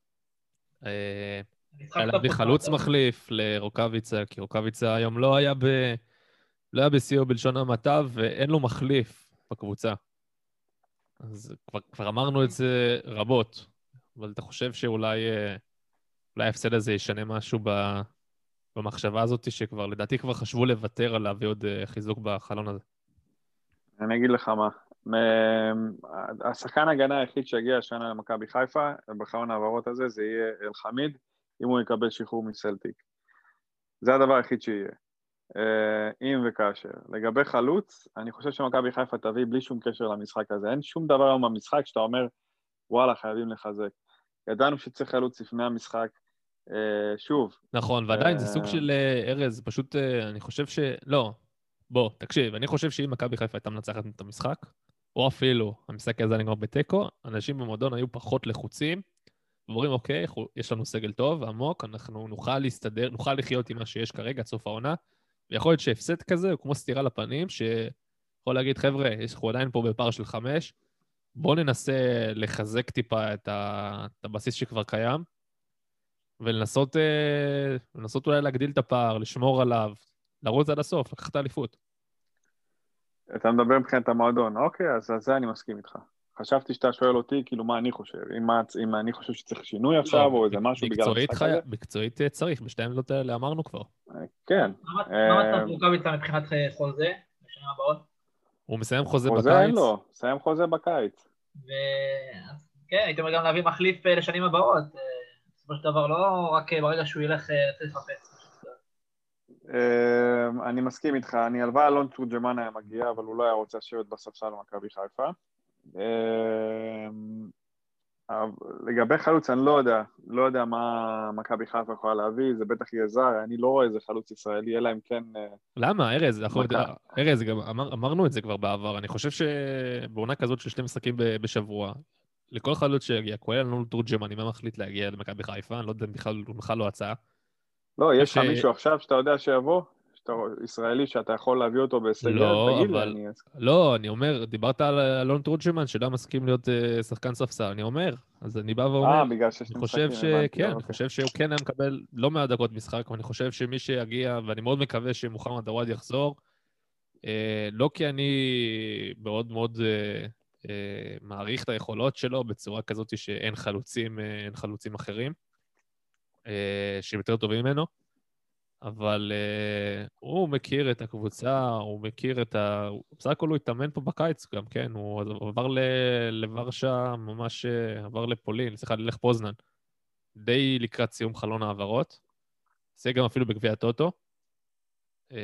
להביא חלוץ מחליף לרוקאביצה, כי רוקאביצה היום לא היה ב... לא היה בסיוע בלשון המעטה, ואין לו מחליף בקבוצה. אז כבר, כבר אמרנו את זה רבות, אבל אתה חושב שאולי אולי ההפסד הזה ישנה משהו במחשבה הזאת, שכבר, לדעתי כבר חשבו לוותר על להביא עוד חיזוק בחלון הזה? אני אגיד לך מה, השחקן הגנה היחיד שהגיע השנה למכבי חיפה, בחלון העברות הזה, זה יהיה אלחמיד, אם הוא יקבל שחרור מסלטיק. זה הדבר היחיד שיהיה. אם וכאשר. לגבי חלוץ, אני חושב שמכבי חיפה תביא בלי שום קשר למשחק הזה. אין שום דבר היום במשחק שאתה אומר, וואלה, חייבים לחזק. ידענו שצריך חלוץ לפני המשחק. שוב. נכון, ועדיין זה סוג של ארז, פשוט אני חושב ש... לא, בוא, תקשיב, אני חושב שאם מכבי חיפה הייתה מנצחת את המשחק, או אפילו המשחק הזה נגמר בטקו, אנשים במועדון היו פחות לחוצים, ואומרים, אוקיי, יש לנו סגל טוב, עמוק, אנחנו נוכל להסתדר, נוכל לחיות עם מה שיש כרגע עד סוף העונה, ויכול להיות שהפסד כזה הוא כמו סתירה לפנים, שיכול להגיד, חבר'ה, אנחנו עדיין פה בפער של חמש, בואו ננסה לחזק טיפה את, ה... את הבסיס שכבר קיים, ולנסות לנסות אולי להגדיל את הפער, לשמור עליו, לרוץ עד הסוף, לקחת האליפות. אתה מדבר מבחינת המועדון, אוקיי, אז על זה אני מסכים איתך. חשבתי שאתה שואל אותי, כאילו, מה אני חושב? אם, אם אני חושב שצריך שינוי עכשיו, או איזה משהו בגלל המשחק הזה? מקצועית צריך, בשתי עמדות האלה אמרנו כבר. כן. מה מצב רוקאביצה מבחינת חוזה בשנים הבאות? הוא מסיים חוזה בקיץ. חוזה אין לו, מסיים חוזה בקיץ. כן, הייתי אומר גם להביא מחליף לשנים הבאות. בסופו של דבר לא רק ברגע שהוא ילך לצאת לחפש. אני מסכים איתך, אני הלווה אלון תורג'מן היה מגיע, אבל הוא לא היה רוצה לשבת בספסל במכבי חיפה. לגבי חלוץ אני לא יודע, לא יודע מה מכבי חיפה יכולה להביא, זה בטח יהיה זר, אני לא רואה איזה חלוץ ישראלי, אלא אם כן... למה? ארז, ארז, גם אמרנו את זה כבר בעבר, אני חושב שבעונה כזאת של שתי משחקים בשבוע, לכל חלוץ שיגיע, כולל אלון תורג'מן, אם הוא מחליט להגיע למכבי חיפה, אני לא יודע אם בכלל לא הצעה. לא, יש לך מישהו עכשיו שאתה יודע שיבוא? ישראלי שאתה יכול להביא אותו בסגל, לא, אבל... לא, אני אומר, דיברת על אלון תורג'מן, שלא מסכים להיות שחקן ספסל, אני אומר, אז אני בא ואומר, אה, בגלל שיש משחקים, כן, אני חושב שהוא כן היה מקבל לא מעט דקות משחק, ואני חושב שמי שיגיע, ואני מאוד מקווה שמוחמד עוואד יחזור, לא כי אני מאוד מאוד מעריך את היכולות שלו, בצורה כזאת שאין חלוצים, אין חלוצים אחרים, שהם יותר טובים ממנו, אבל uh, הוא מכיר את הקבוצה, הוא מכיר את ה... בסך הכל הוא התאמן פה בקיץ גם, כן? הוא עבר ל... לוורשה, ממש עבר לפולין, סליחה, ללך פוזנן, די לקראת סיום חלון העברות. זה גם אפילו בגביע הטוטו. Uh,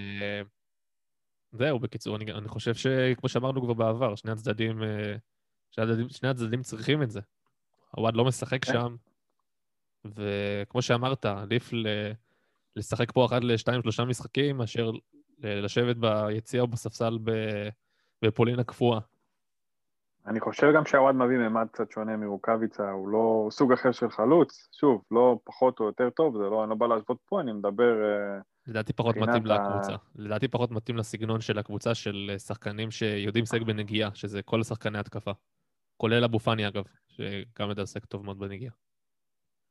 זהו, בקיצור, אני, אני חושב שכמו שאמרנו כבר בעבר, שני הצדדים, uh, שני הצדדים, שני הצדדים צריכים את זה. הוואד לא משחק שם, וכמו שאמרת, עדיף ל... לשחק פה אחד לשתיים, שלושה משחקים, מאשר לשבת ביציאה או בספסל בפולין הקפואה. אני חושב גם שהוואד מביא ממד קצת שונה מרוקאביצה, הוא לא סוג אחר של חלוץ, שוב, לא פחות או יותר טוב, זה לא, אני לא בא להשוות פה, אני מדבר... לדעתי פחות מתאים לקבוצה. לדעתי פחות מתאים לסגנון של הקבוצה של שחקנים שיודעים לשחק בנגיעה, שזה כל שחקני התקפה. כולל אבו פאני אגב, שגם יודע לשחק טוב מאוד בנגיעה.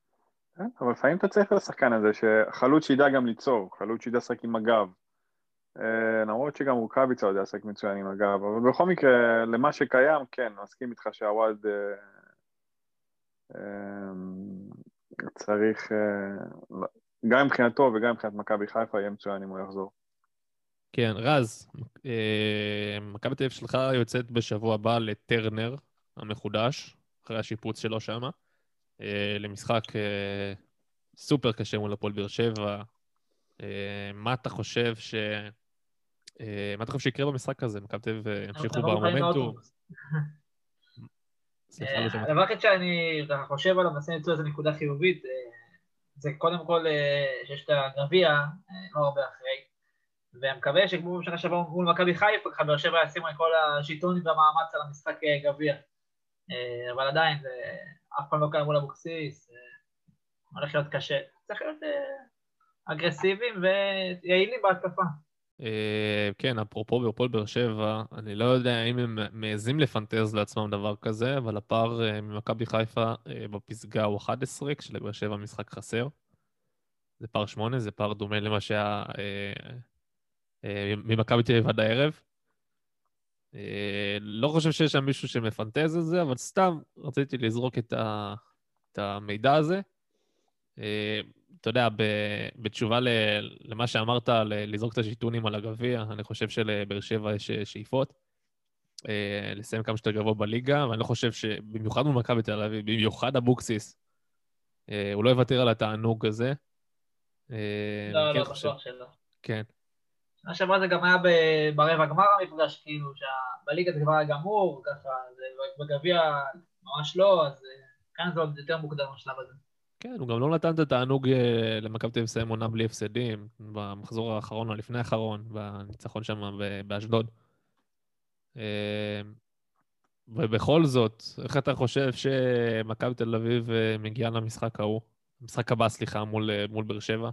אבל לפעמים אתה צריך לשחקן הזה, שחלוץ שידע גם ליצור, חלוץ שידע לשחק עם הגב. למרות שגם רוקאביצה עוד יעסק מצוין עם הגב, אבל בכל מקרה, למה שקיים, כן, מסכים איתך שהוואד צריך, גם מבחינתו וגם מבחינת מכבי חיפה, יהיה מצוין אם הוא יחזור. כן, רז, מכבי תל אביב שלך יוצאת בשבוע הבא לטרנר המחודש, אחרי השיפוץ שלו שמה, למשחק סופר קשה מול הפועל באר שבע. מה אתה חושב ש... מה אתה חושב שיקרה במשחק הזה? מכבי תל אביב ימשיכו במומנטום? הדבר אחד שאני חושב עליו, מנסה למצוא איזו נקודה חיובית, זה קודם כל שיש את הגביע, לא הרבה אחרי, ואני מקווה שכמו בשנה שעברה מול מכבי חיפה, ככה באר שבע ישימו את כל השיטונים והמאמץ על המשחק גביע. אבל עדיין, אף פעם לא קיים מול אבוקסיס, הולך להיות קשה. צריך להיות אגרסיביים ויעילים בהתקפה. כן, אפרופו בהפועל באר שבע, אני לא יודע אם הם מעזים לפנטז לעצמם דבר כזה, אבל הפער ממכבי חיפה בפסגה הוא אחת עשרה, כשלבאר שבע משחק חסר. זה פער שמונה, זה פער דומה למה שהיה ממכבי תל אביב עד הערב. לא חושב שיש שם מישהו שמפנטז את זה, אבל סתם רציתי לזרוק את המידע הזה. אתה יודע, בתשובה למה שאמרת, לזרוק את השיטונים על הגביע, אני חושב שלבאר שבע יש שאיפות, לסיים כמה שיותר גבוה בליגה, ואני לא חושב שבמיוחד מול מכבי תל אביב, במיוחד אבוקסיס, הוא לא יוותר על התענוג הזה. לא, לא, בטוח שלא. כן. מה שעבר זה גם היה ברבע גמר המפגש, כאילו, שבליגה זה כבר היה גמור, ככה, בגביע ממש לא, אז כאן זה עוד יותר מוקדם בשלב הזה. כן, הוא גם לא נתן את התענוג למכבי תל אביב לסיים עונה בלי הפסדים, במחזור האחרון או לפני האחרון, בניצחון שם באשדוד. ובכל זאת, איך אתה חושב שמכבי תל אביב מגיעה למשחק ההוא? המשחק הבא, סליחה, מול, מול באר שבע?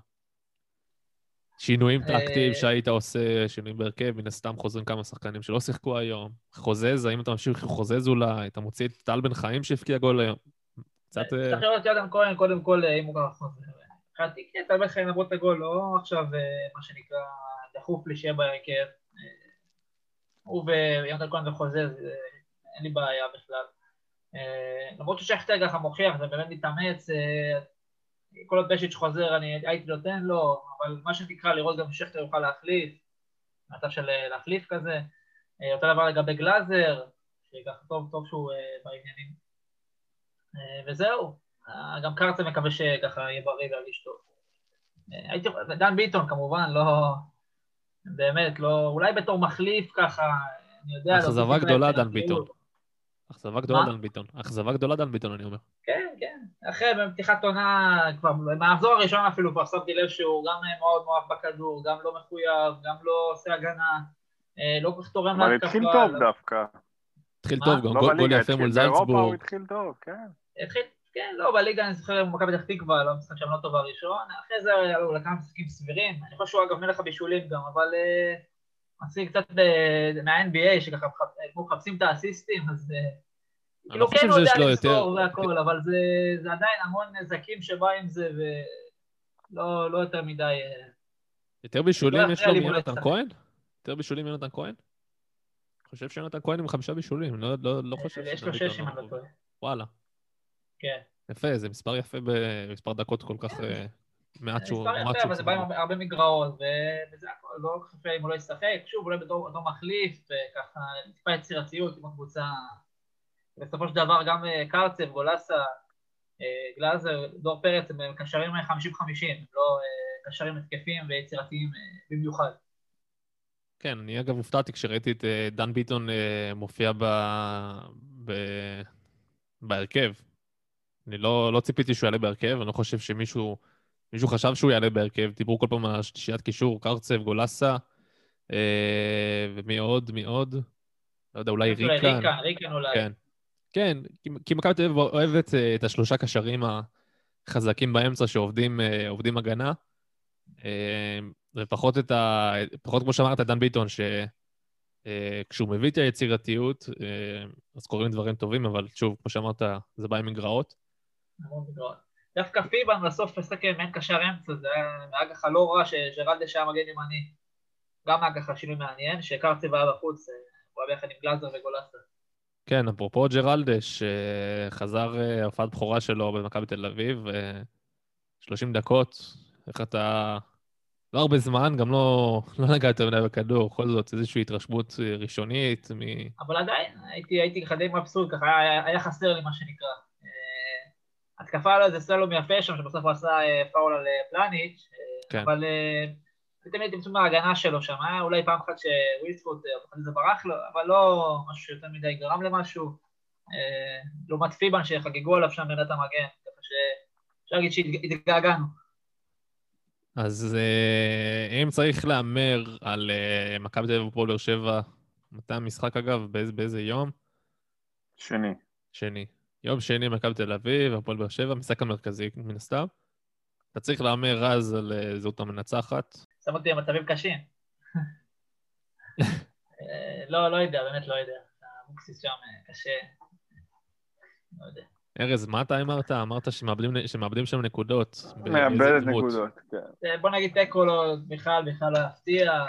שינויים טקטיים שהיית עושה, שינויים בהרכב, מן הסתם חוזרים כמה שחקנים שלא שיחקו היום. חוזז, האם אתה ממשיך חוזז אולי? אתה מוציא את טל בן חיים שהפקיע גול היום? צריך לראות יודם כהן, קודם כל, אם הוא כבר חוזר. חייתי, כן, טל בן חיים למרות את הגול, לא עכשיו מה שנקרא דחוף לי שיהיה בהרכב. הוא ויודם כהן וחוזז, אין לי בעיה בכלל. למרות ששכטר ככה מוכיח, זה באמת מתאמץ, כל עוד בשיץ' חוזר אני הייתי נותן לו, אבל מה שנקרא לראות גם ששכטר יוכל להחליף, מצב של להחליף כזה, אותו דבר לגבי גלאזר, שככה טוב, טוב שהוא בעניינים, וזהו, גם קרצה מקווה שככה יהיה בריא והרגיש טוב. הייתי, דן ביטון כמובן, לא, באמת, לא, אולי בתור מחליף ככה, אני יודע, אכזבה גדולה דן ביטון. אכזבה גדולה דן ביטון. אכזבה גדולה דן ביטון, אני אומר. כן, כן. אחרי, בפתיחת עונה, כבר, במחזור הראשון אפילו, כבר שמתי לב שהוא גם מאוד מואף בכדור, גם לא מחויב, גם לא עושה הגנה, לא כל כך תורם להתקפה. אבל התחיל טוב דווקא. התחיל טוב, גם גול יפה מול זלצבורג. באירופה הוא התחיל טוב, כן. התחיל, כן, לא, בליגה אני זוכר, מכבי פתח תקווה, לא משחק שם לא טוב הראשון, אחרי זה הוא לקח משחקים סבירים, אני חושב שהוא אגב מלך הבישולים גם, אבל מצחיק קצת מה-אן בי איי, שככה מחפשים את האסיסטים, אז כאילו כן הוא יודע לסקור והכל, אבל זה עדיין המון נזקים שבא עם זה, ולא יותר מדי... יותר בישולים יש לו מיונתן כהן? יותר בישולים מיונתן כהן? אני חושב שיונתן כהן עם חמישה בישולים, לא חושב... יש לו שש עם הנתון. וואלה. כן. יפה, זה מספר יפה במספר דקות כל כך מעט שהוא... מספר יפה, אבל זה בא עם הרבה מגרעות, וזה הכל, לא חושב אם הוא לא ישחק, שוב, אולי בתור מחליף, וככה, טיפה יצירתיות עם הקבוצה, בסופו של דבר גם קרצב, גולסה, גלאזר, דור פרץ, הם קשרים חמישים חמישים, לא קשרים התקפים ויצירתיים במיוחד. כן, אני אגב הופתעתי כשראיתי את דן ביטון מופיע בהרכב. אני לא, לא ציפיתי שהוא יעלה בהרכב, אני לא חושב שמישהו מישהו חשב שהוא יעלה בהרכב, דיברו כל פעם על שלישיית קישור, קרצב, גולסה, ומי עוד, מי עוד? לא יודע, אולי ריקן. ריקן, ריקן אולי. כן, כן, כי מכבי תל אביב אוהבת את השלושה קשרים החזקים באמצע שעובדים עובדים הגנה, ופחות את ה... פחות כמו שאמרת, דן ביטון, שכשהוא מביא את היצירתיות, אז קוראים דברים טובים, אבל שוב, כמו שאמרת, זה בא עם מגרעות. המון מגרעות. דווקא פיבן בסוף מסתכל מעין קשר אמצע, זה היה ככה לא רע שג'רלדש היה מגן ימני. גם היה ככה שינוי מעניין, שקרצב היה בחוץ, הוא היה ביחד עם גלאזר וגולסה. כן, אפרופו ג'רלדה, שחזר הופעת בכורה שלו במכבי תל אביב, שלושים דקות, איך אתה... לא הרבה זמן, גם לא, לא נגעת מדי בכדור, בכל זאת איזושהי התרשמות ראשונית. מ... אבל עדיין, הייתי, הייתי ככה די מבסוט, ככה היה, היה חסר לי מה שנקרא. התקפה על איזה סלום יפה שם, שבסוף הוא עשה פאול על פלניץ', כן. אבל תמיד תמצאו מההגנה שלו שם, היה אולי פעם אחת שווילספוט, זה ברח לו, אבל לא משהו שיותר מדי גרם למשהו, לעומת פיבן שחגגו עליו שם בעמדת המגן, ככה שאפשר להגיד שהתגעגענו. אז אם צריך לאמר על מכבי תל אביב והפועל באר שבע, מתי המשחק אגב? באיזה, באיזה יום? שני. שני. יום שני מכבי תל אביב והפועל באר שבע, משחק המרכזי מן הסתם. אתה צריך לאמר רז על זהות המנצחת. שם אותי במצבים קשים. לא, לא יודע, באמת לא יודע. המוקסיס שם קשה. לא יודע. ארז, מה אתה אמרת? אמרת שמאבדים, שמאבדים שם נקודות. מאבדת נקודות, כן. בוא נגיד תיקו לו, בכלל, בכלל להפתיע.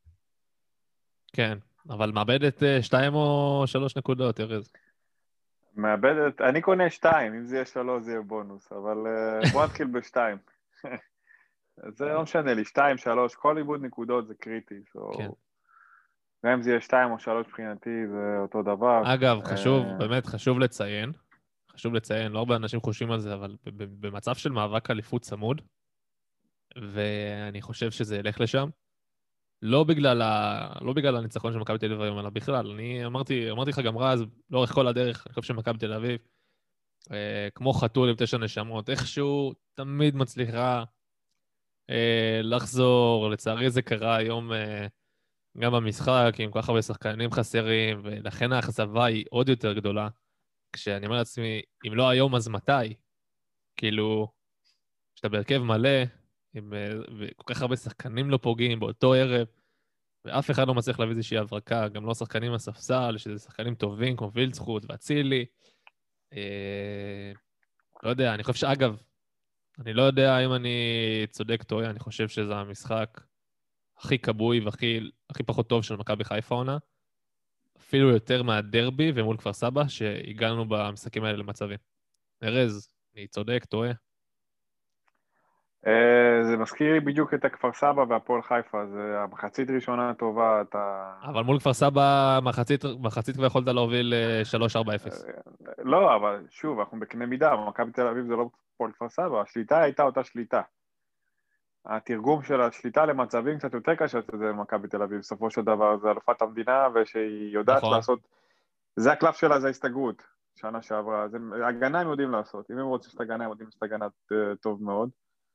כן, אבל מאבדת שתיים או שלוש נקודות, ארז. מאבדת, אני קונה שתיים, אם זה יהיה שלוש זה יהיה בונוס, אבל בוא נתחיל בשתיים. זה לא משנה לי, שתיים, שלוש, כל איבוד נקודות זה קריטי. כן. גם אם זה יהיה שתיים או שלוש מבחינתי, זה אותו דבר. אגב, חשוב, באמת חשוב לציין, חשוב לציין, לא הרבה אנשים חושבים על זה, אבל במצב של מאבק אליפות צמוד, ואני חושב שזה ילך לשם, לא בגלל, ה... לא בגלל הניצחון של מכבי תל אביב היום, אלא בכלל. אני אמרתי, אמרתי לך גם רז, לאורך כל הדרך, אני חושב שמכבי תל אביב, אה, כמו חתול עם תשע נשמות, איכשהו תמיד מצליחה אה, לחזור. לצערי זה קרה היום אה, גם במשחק, עם כל כך הרבה שחקנים חסרים, ולכן האכזבה היא עוד יותר גדולה. כשאני אומר לעצמי, אם לא היום, אז מתי? כאילו, שאתה בהרכב מלא, עם, וכל כך הרבה שחקנים לא פוגעים באותו ערב, ואף אחד לא מצליח להביא איזושהי הברקה, גם לא שחקנים מהספסל, שזה שחקנים טובים כמו וילצחוט ואצילי. אה, לא יודע, אני חושב שאגב, אני לא יודע אם אני צודק טועה, אני חושב שזה המשחק הכי קבוי והכי הכי פחות טוב של מכבי חיפה עונה, אפילו יותר מהדרבי ומול כפר סבא, שהגענו במשחקים האלה למצבים. ארז, אני צודק, טועה. זה מזכיר לי בדיוק את הכפר סבא והפועל חיפה, זה המחצית ראשונה טובה, אתה... אבל מול כפר סבא, מחצית, מחצית כבר יכולת להוביל שלוש ארבע אפס. לא, אבל שוב, אנחנו בקנה מידה, מכבי תל אביב זה לא פועל כפר סבא, השליטה הייתה אותה שליטה. התרגום של השליטה למצבים קצת יותר קשה, זה מכבי תל אביב, בסופו של דבר, זה אלופת המדינה, ושהיא יודעת נכון. לעשות, זה הקלף שלה, זה ההסתגרות, שנה שעברה, זה, הגנה הם יודעים לעשות, אם הם רוצים שאת הגנה, הם יודעים שאת הגנה טוב מאוד.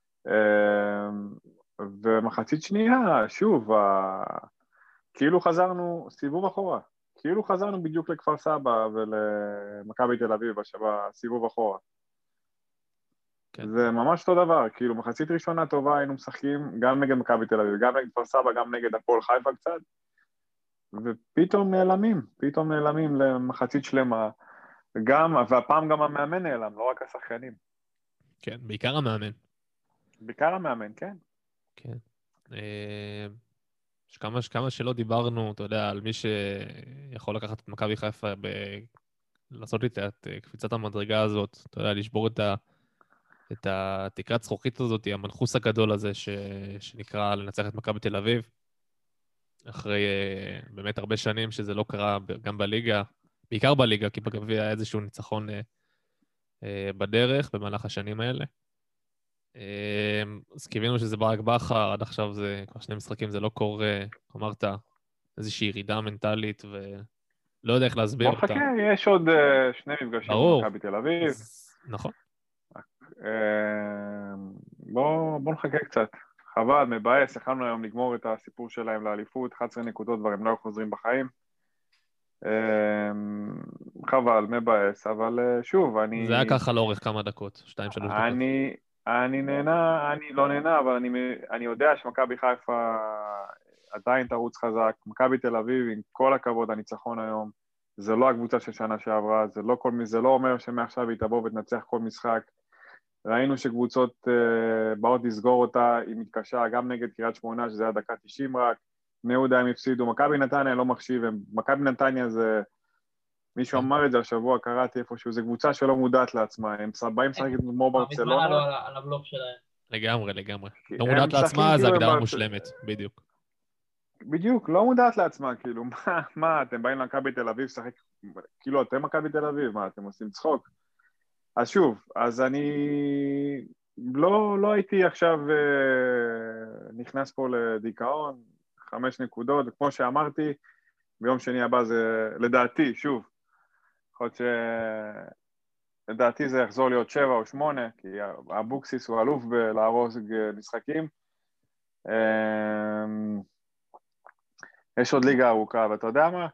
ומחצית שנייה, שוב, כאילו חזרנו סיבוב אחורה, כאילו חזרנו בדיוק לכפר סבא ולמכבי תל אביב בסיבוב אחורה. כן. זה ממש אותו דבר, כאילו מחצית ראשונה טובה היינו משחקים גם נגד מכבי תל אביב, גם נגד כפר סבא, גם נגד הפועל חיפה קצת, ופתאום נעלמים, פתאום נעלמים למחצית שלמה, גם, והפעם גם המאמן נעלם, לא רק השחקנים. כן, בעיקר המאמן. בעיקר המאמן, כן. כן. יש כמה, כמה שלא דיברנו, אתה יודע, על מי שיכול לקחת את מכבי חיפה, ב... לעשות את, את קפיצת המדרגה הזאת, אתה יודע, לשבור את, ה... את התקרת זכוכית הזאת, המנחוס הגדול הזה, ש... שנקרא לנצח את מכבי תל אביב, אחרי באמת הרבה שנים שזה לא קרה גם בליגה, בעיקר בליגה, כי בגביע היה איזשהו ניצחון בדרך, במהלך השנים האלה. אז קיווינו שזה ברק בכר, עד עכשיו זה, כבר שני משחקים זה לא קורה, אמרת, איזושהי ירידה מנטלית, ולא יודע איך להסביר אותה. בוא חכה, יש עוד שני מפגשים במכבי תל אביב. נכון. בוא נחכה קצת. חבל, מבאס, יכלנו היום לגמור את הסיפור שלהם לאליפות, אחת עשרה נקודות, דברים לא חוזרים בחיים. חבל, מבאס, אבל שוב, אני... זה היה ככה לאורך כמה דקות, שתיים, שלוש דקות. אני... אני נהנה, אני לא נהנה, אבל אני, אני יודע שמכבי חיפה עדיין תרוץ חזק. מכבי תל אביב, עם כל הכבוד, הניצחון היום, זה לא הקבוצה של שנה שעברה, זה לא, כל, זה לא אומר שמעכשיו היא תבוא ותנצח כל משחק. ראינו שקבוצות uh, באות לסגור אותה, היא מתקשה גם נגד קריית שמונה, שזה היה דקה תשעים רק, בני יהודה הם הפסידו, מכבי נתניה לא מחשיב, מכבי נתניה זה, מישהו אמר את זה השבוע, קראתי איפשהו, זו קבוצה שלא מודעת לעצמה, הם באים לשחק כמו ברצלונה. מזמן עלו על הבלוף שלהם. לגמרי, לגמרי. לא מודעת לעצמה, זה הגדרה מושלמת, בדיוק. בדיוק, לא מודעת לעצמה, כאילו, מה, מה, אתם באים למכבי תל אביב, שחק, כאילו, אתם מכבי תל אביב, מה, אתם עושים צחוק? אז שוב, אז אני לא, לא הייתי עכשיו אה, נכנס פה לדיכאון, חמש נקודות, וכמו שאמרתי, ביום שני הבא זה, לדעתי, שוב, יכול להיות ש... לדעתי זה יחזור להיות שבע או שמונה, כי אבוקסיס הוא אלוף בלהרוס משחקים. יש עוד ליגה ארוכה, ואתה יודע מה?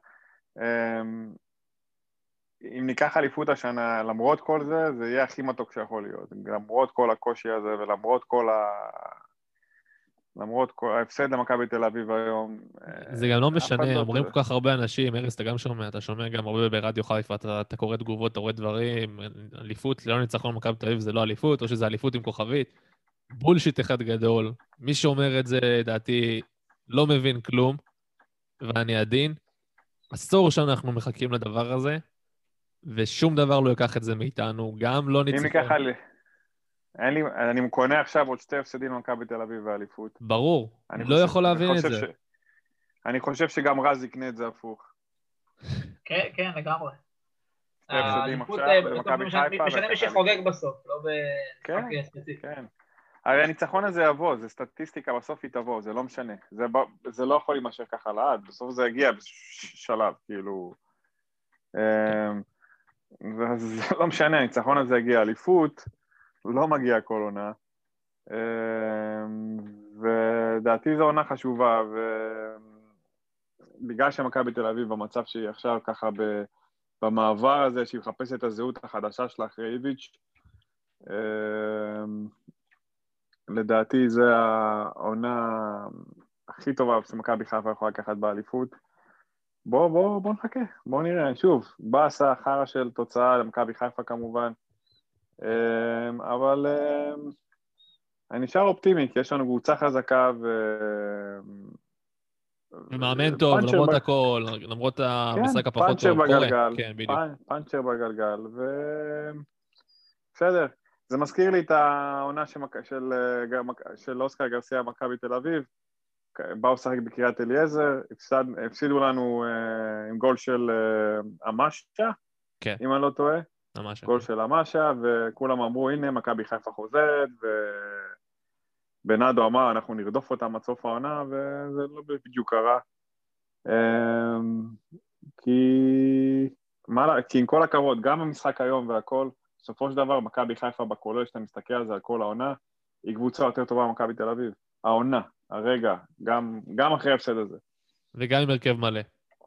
אם ניקח אליפות השנה, למרות כל זה, זה יהיה הכי מתוק שיכול להיות. למרות כל הקושי הזה, ולמרות כל ה... למרות כל ההפסד למכבי תל אביב היום. זה גם לא משנה, אומרים כל כך הרבה אנשים, ארז, אתה גם שומע, אתה שומע גם הרבה ברדיו חיפה, אתה, אתה קורא תגובות, אתה רואה דברים, אליפות, לא ניצחון מכבי תל אביב זה לא אליפות, או שזה אליפות עם כוכבית. בולשיט אחד גדול. מי שאומר את זה, דעתי, לא מבין כלום, ואני עדין. עשור שאנחנו מחכים לדבר הזה, ושום דבר לא ייקח את זה מאיתנו, גם לא ניצחון. אם ניקח על... אין לי, אני קונה עכשיו עוד שתי הפסדים למכבי תל אביב והאליפות. ברור, אני לא יכול להבין את זה. אני חושב שגם רז יקנה את זה הפוך. כן, כן, לגמרי. שתי הפסדים עכשיו למכבי חיפה. משנה מי שחוגג בסוף, לא במשחק ספציפי. כן, הרי הניצחון הזה יבוא, זה סטטיסטיקה, בסוף היא תבוא, זה לא משנה. זה לא יכול להימשך ככה לעד, בסוף זה יגיע בשלב, כאילו... זה לא משנה, הניצחון הזה יגיע אליפות, לא מגיע כל עונה, ודעתי זו עונה חשובה, ובגלל שמכבי בתל אביב במצב שהיא עכשיו ככה במעבר הזה, שהיא מחפשת את הזהות החדשה שלה אחרי איביץ', לדעתי זו העונה הכי טובה שמכבי חיפה יכולה לקחת באליפות. בוא, בוא, בוא נחכה, בוא נראה, שוב, באסה חרא של תוצאה למכבי חיפה כמובן, אבל אני נשאר אופטימי, כי יש לנו קבוצה חזקה ו... ומאמן טוב, למרות הכל, למרות המשחק הפחות טוב, קורה. כן, בדיוק. פאנצ'ר בגלגל, ו... בסדר, זה מזכיר לי את העונה של אוסקר גרסיה מכבי תל אביב, באו שחק בקריית אליעזר, הפסידו לנו עם גול של אמשה, אם אני לא טועה. גול של אמשה, וכולם אמרו, הנה, מכבי חיפה חוזרת, ובנאדו אמר, אנחנו נרדוף אותם עד סוף העונה, וזה לא בדיוק קרה. כי, מה, כי עם כל הכבוד, גם במשחק היום והכל, בסופו של דבר, מכבי חיפה בכולל, שאתה מסתכל על זה, על כל העונה, היא קבוצה יותר טובה ממכבי תל אביב. העונה, הרגע, גם, גם אחרי ההפסד הזה. וגם עם הרכב מלא.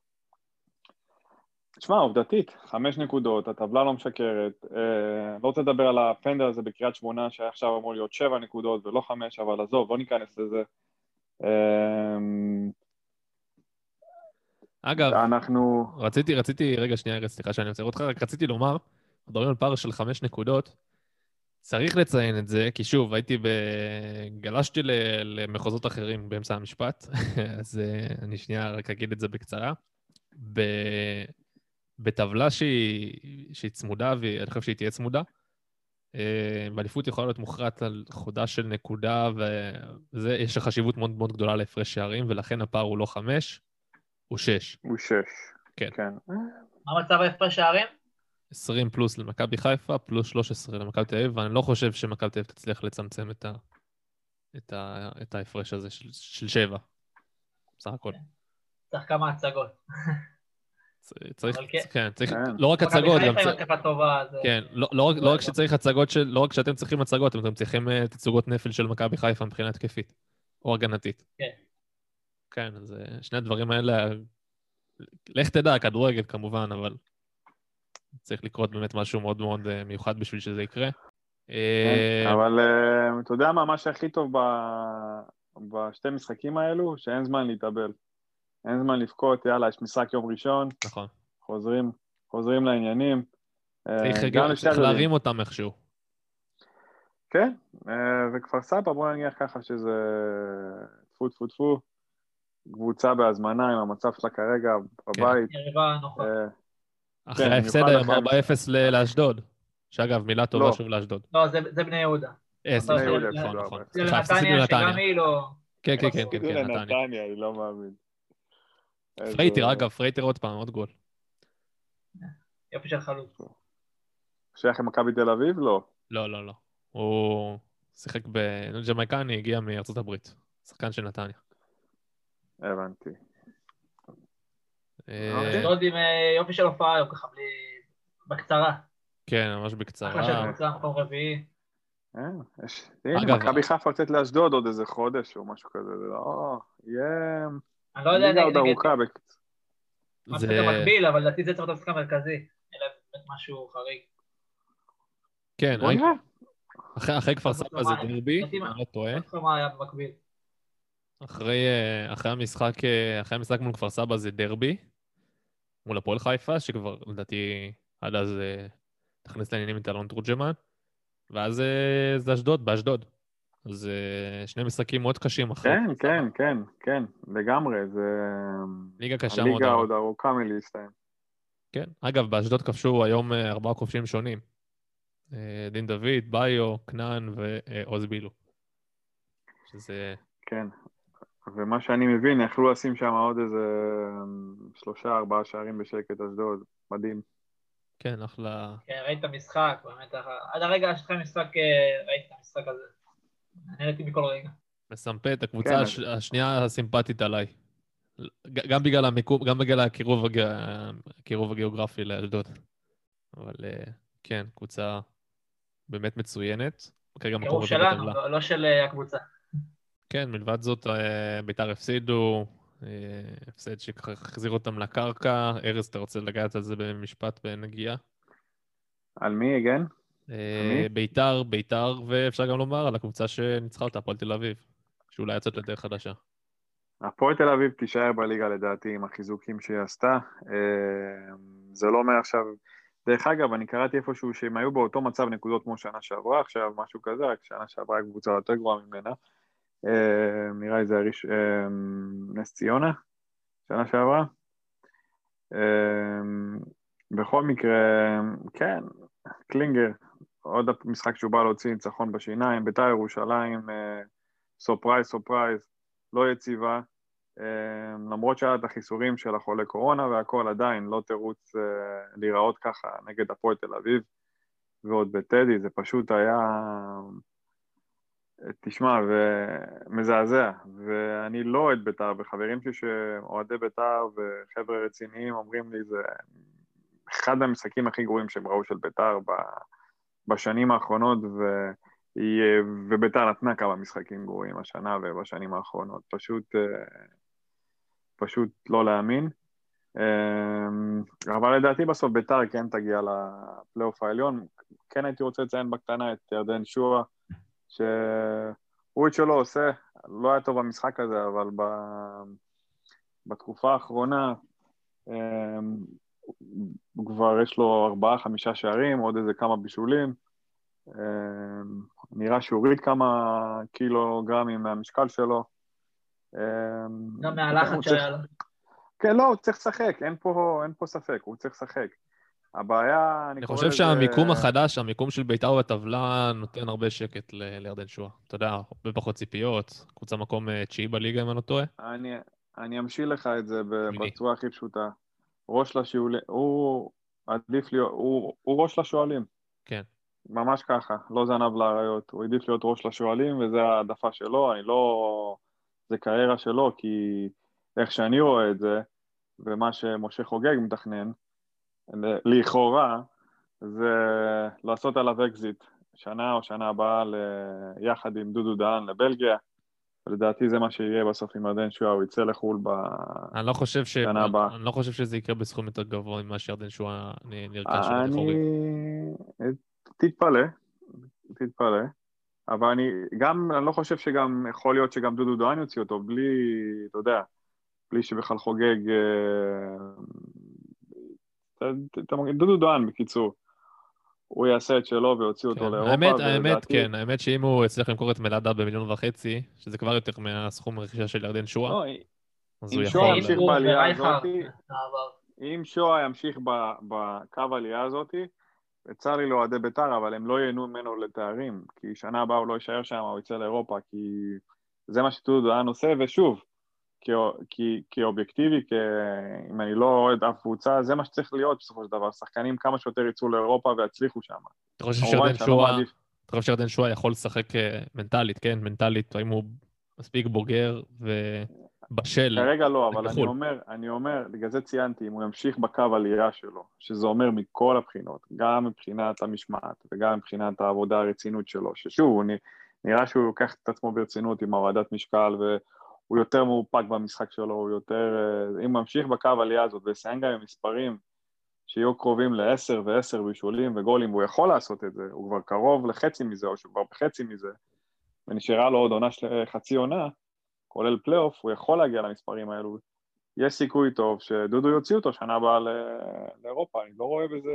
תשמע, עובדתית, חמש נקודות, הטבלה לא משקרת, אה, לא רוצה לדבר על הפנדל הזה בקריית שמונה, שעכשיו אמור להיות שבע נקודות ולא חמש, אבל עזוב, בוא ניכנס לזה. אה, אגב, אנחנו... רציתי, רציתי, רגע שנייה, סליחה שאני עוצר אותך, רק רציתי לומר, מדברים על פער של חמש נקודות, צריך לציין את זה, כי שוב, הייתי ב... גלשתי למחוזות אחרים באמצע המשפט, אז אני שנייה רק אגיד את זה בקצרה. ב... בטבלה שהיא, שהיא צמודה, ואני חושב שהיא תהיה צמודה, באליפות יכולה להיות מוכרעת על חודה של נקודה, וזה, יש חשיבות מאוד מאוד גדולה להפרש שערים, ולכן הפער הוא לא חמש, הוא שש. הוא שש. כן. כן. מה מצב ההפרש שערים? עשרים פלוס למכבי חיפה, פלוס שלוש עשרה למכבי תל אביב, ואני לא חושב שמכבי תל אביב תצליח לצמצם את ה... את ה... את ההפרש הזה של, של שבע. בסך הכל. צריך כמה הצגות. צריך, כן, צריך, לא רק הצגות, גם צריך, כן, לא רק שצריך הצגות של, לא רק שאתם צריכים הצגות, אתם צריכים תצוגות נפל של מכבי חיפה מבחינה התקפית, או הגנתית. כן. כן, אז שני הדברים האלה, לך תדע, כדורגל כמובן, אבל צריך לקרות באמת משהו מאוד מאוד מיוחד בשביל שזה יקרה. אבל אתה יודע מה, מה שהכי טוב בשתי משחקים האלו, שאין זמן להתאבל. אין זמן לפקוט, יאללה, יש משחק יום ראשון. נכון. חוזרים, חוזרים לעניינים. צריך להרים אותם איכשהו. כן, וכפר סבא, בוא נניח ככה שזה טפו טפו טפו. קבוצה בהזמנה עם המצב שלה כרגע בבית. יריבה נוחה. אה, אחרי כן, ההפסד במיוחד היום אחרי ארבע אפס ל- לאשדוד. שאגב, מילה טובה לא. שוב לאשדוד. לא, זה זה בני יהודה. אה, אתה סליחה, עושה יהודה ל- נכון, הפסידו נכון. ארבע אפס. סליחה, הפסידו לנתניה, שגם לנתניה. היא לא... כן, כן, כן, כן, הפסידו כן, נתניה. לנתניה, אני לא מאמין. פרייטר, איזה- אגב, פרייטר עוד פעם, עוד גול. יופי של חלוץ. שייך עם מכבי תל אביב? לא. לא, לא, לא. הוא שיחק בג'מייקני, הגיע מארצות הברית. שחקן של נתניה. הבנתי. אה, אשדוד עם אה, יופי של הופעה היום, ככה בלי... בקצרה. כן, ממש אחלה של בקצרה. קבוצה, מקום רביעי. אה, יש- הנה, אגב, מכבי חיפה יוצאת לאשדוד עוד איזה חודש או משהו כזה, זה לא... יהיה... אני לא יודע ליגה נגד עוד ארוכה. בק- מה זה... זה מקביל, אבל לדעתי זה צריך להיות המשחק המרכזי. אלא באמת משהו חריג. כן, בוא נראה. אחרי, אחרי כפר סבא זה דרבי, לדעתי אני מה- לא טועה. לא זוכר מה היה במקביל. אחרי, אה, אחרי המשחק, אה, אחרי המשחק מול כפר סבא זה דרבי, מול הפועל חיפה, שכבר לדעתי עד אז אה, תכניס לעניינים את אלון תורג'מן, ואז אה, זה אשדוד, באשדוד. אז אה, שני משחקים מאוד קשים אחרי. כן, כפר כן, סבא. כן, כן, לגמרי, זה... ליגה קשה מאוד. הליגה היום. עוד ארוכה מלהסתיים. כן, אגב, באשדוד כבשו היום אה, ארבעה כובשים שונים. אה, דין דוד, ביו, כנען ועוז בילו. שזה... כן, ומה שאני מבין, יכלו לשים שם עוד איזה שלושה, ארבעה שערים בשקט אשדוד, מדהים. כן, אחלה... כן, ראיתי את המשחק, באמת, עד הרגע שאחרי המשחק אה, ראיתי את המשחק הזה. נהניתי מכל רגע. מסמפת, הקבוצה כן, הש... השנייה הסימפטית עליי. ג- גם בגלל המיקום, גם בגלל הקירוב, הג... הקירוב הגיאוגרפי לאשדוד. אבל אה, כן, קבוצה באמת מצוינת. כרגע מקום קירוב רביעי שלנו, בטבלה. לא- לא של אה, הקבוצה. כן, מלבד זאת, אה, בית"ר הפסידו, אה, הפסד שהחזיר אותם לקרקע. ארז, אתה רוצה לגעת על זה במשפט בנגיעה? על מי הגן? אה, מי? בית"ר, בית"ר, ואפשר גם לומר על הקבוצה שניצחה אותה, הפועל תל אביב, שאולי יוצאת לדרך חדשה. הפועל תל אביב תישאר בליגה לדעתי עם החיזוקים שהיא עשתה. אה, זה לא אומר עכשיו... דרך אגב, אני קראתי איפשהו שהם היו באותו מצב נקודות כמו שנה שעברה, עכשיו משהו כזה, רק שנה שעברה הקבוצה יותר גרועה ממנה. אה, נראה לי זה הראש... אה, נס ציונה, שנה שעברה. אה, בכל מקרה, כן, קלינגר, עוד משחק שהוא בא להוציא ניצחון בשיניים, בית"ר ירושלים, אה, סופרייז, סופרייז, לא יציבה, אה, למרות שהיה את החיסורים של החולה קורונה והכל עדיין לא תירוץ אה, להיראות ככה נגד הפועל תל אביב, ועוד בטדי, זה פשוט היה, תשמע, ומזעזע, ואני לא אוהד בית"ר, וחברים שלי שאוהדי בית"ר וחבר'ה רציניים אומרים לי, זה אחד המשחקים הכי גרועים שהם ראו של בית"ר בשנים האחרונות, ו... ובית"ר נתנה כמה משחקים גרועים השנה ובשנים האחרונות, פשוט, פשוט לא להאמין. אבל לדעתי בסוף בית"ר כן תגיע לפלייאוף העליון. כן הייתי רוצה לציין בקטנה את ירדן שועה, שהוא את שלו עושה, לא היה טוב במשחק הזה, אבל בתקופה האחרונה כבר יש לו ארבעה, חמישה שערים, עוד איזה כמה בישולים, נראה שהוא הוריד כמה קילוגרמים מהמשקל שלו. גם מהלחץ שהיה לו. כן, לא, הוא צריך לשחק, אין פה, אין פה ספק, הוא צריך לשחק. הבעיה, אני, אני קורא חושב לזה... שהמיקום החדש, המיקום של בית"ר בטבלה נותן הרבה שקט ל- לירדן שועה. אתה יודע, הרבה פחות ציפיות, קבוצה מקום אה, תשיעי בליגה, אם אני לא טועה. אני, אני אמשיל לך את זה מיני. בצורה הכי פשוטה. ראש לשואלים, הוא עדיף להיות, הוא, הוא ראש לשואלים. כן. ממש ככה, לא זנב לאריות, הוא עדיף להיות ראש לשואלים, וזו העדפה שלו, אני לא... זה קריירה שלו, כי איך שאני רואה את זה, ומה שמשה חוגג מתכנן, לכאורה, זה לעשות עליו אקזיט, שנה או שנה הבאה יחד עם דודו דהן לבלגיה, ולדעתי זה מה שיהיה בסוף עם ירדן שועה, הוא יצא לחול אני לא חושב ש... בשנה הבאה. אני לא חושב שזה יקרה בסכום יותר גבוה ממה שירדן שועה נרכש של אני... חוגג. תתפלא, תתפלא, אבל אני גם, אני לא חושב שגם, יכול להיות שגם דודו דהן יוציא אותו, בלי, אתה יודע, בלי שבכלל חוגג, דודו דהן בקיצור, הוא יעשה את שלו ויוציא אותו לאירופה. האמת, האמת, כן, האמת שאם הוא הצליח למכור את מלאדה במיליון וחצי, שזה כבר יותר מהסכום הרכישה של ירדן שועה. אז אם הוא שואה יכול... ימשיך אינגור בעלייה ורייכרד, הזאתי, בעבר. אם שואה ימשיך ב- בקו העלייה הזאתי, וצר לי לאוהדי בית"ר, אבל הם לא ייהנו ממנו לתארים, כי שנה הבאה הוא לא יישאר שם, הוא יצא לאירופה, כי זה מה שדודו דהן עושה, ושוב, כי, כי, כאובייקטיבי, כי, אם אני לא אוהד אף קבוצה, זה מה שצריך להיות בסופו של דבר, שחקנים כמה שיותר יצאו לאירופה ויצליחו שם. אתה חושב כמובן שירדן שאני לא שואה, מעדיף. אתה חושב שירדן שואה יכול לשחק אה, מנטלית, כן? מנטלית, האם הוא מספיק בוגר ובשל כרגע לא, אבל אני בחו"ל? אומר, אני אומר, בגלל זה ציינתי, אם הוא ימשיך בקו עלייה שלו, שזה אומר מכל הבחינות, גם מבחינת המשמעת וגם מבחינת העבודה הרצינות שלו, ששוב, הוא נראה שהוא לוקח את עצמו ברצינות עם הורדת משקל, והוא יותר מאופק במשחק שלו, הוא יותר, אם הוא ימשיך בקו עלייה הזאת, ויסיים גם עם מספרים שיהיו קרובים לעשר ועשר בישולים וגולים, והוא יכול לעשות את זה, הוא כבר קרוב לחצי מזה, או שהוא כבר בחצי מזה, ונשארה לו עוד עונה של חצי עונה, כולל פלייאוף, הוא יכול להגיע למספרים האלו. יש סיכוי טוב שדודו יוציא אותו שנה הבאה לאירופה, אני לא רואה בזה,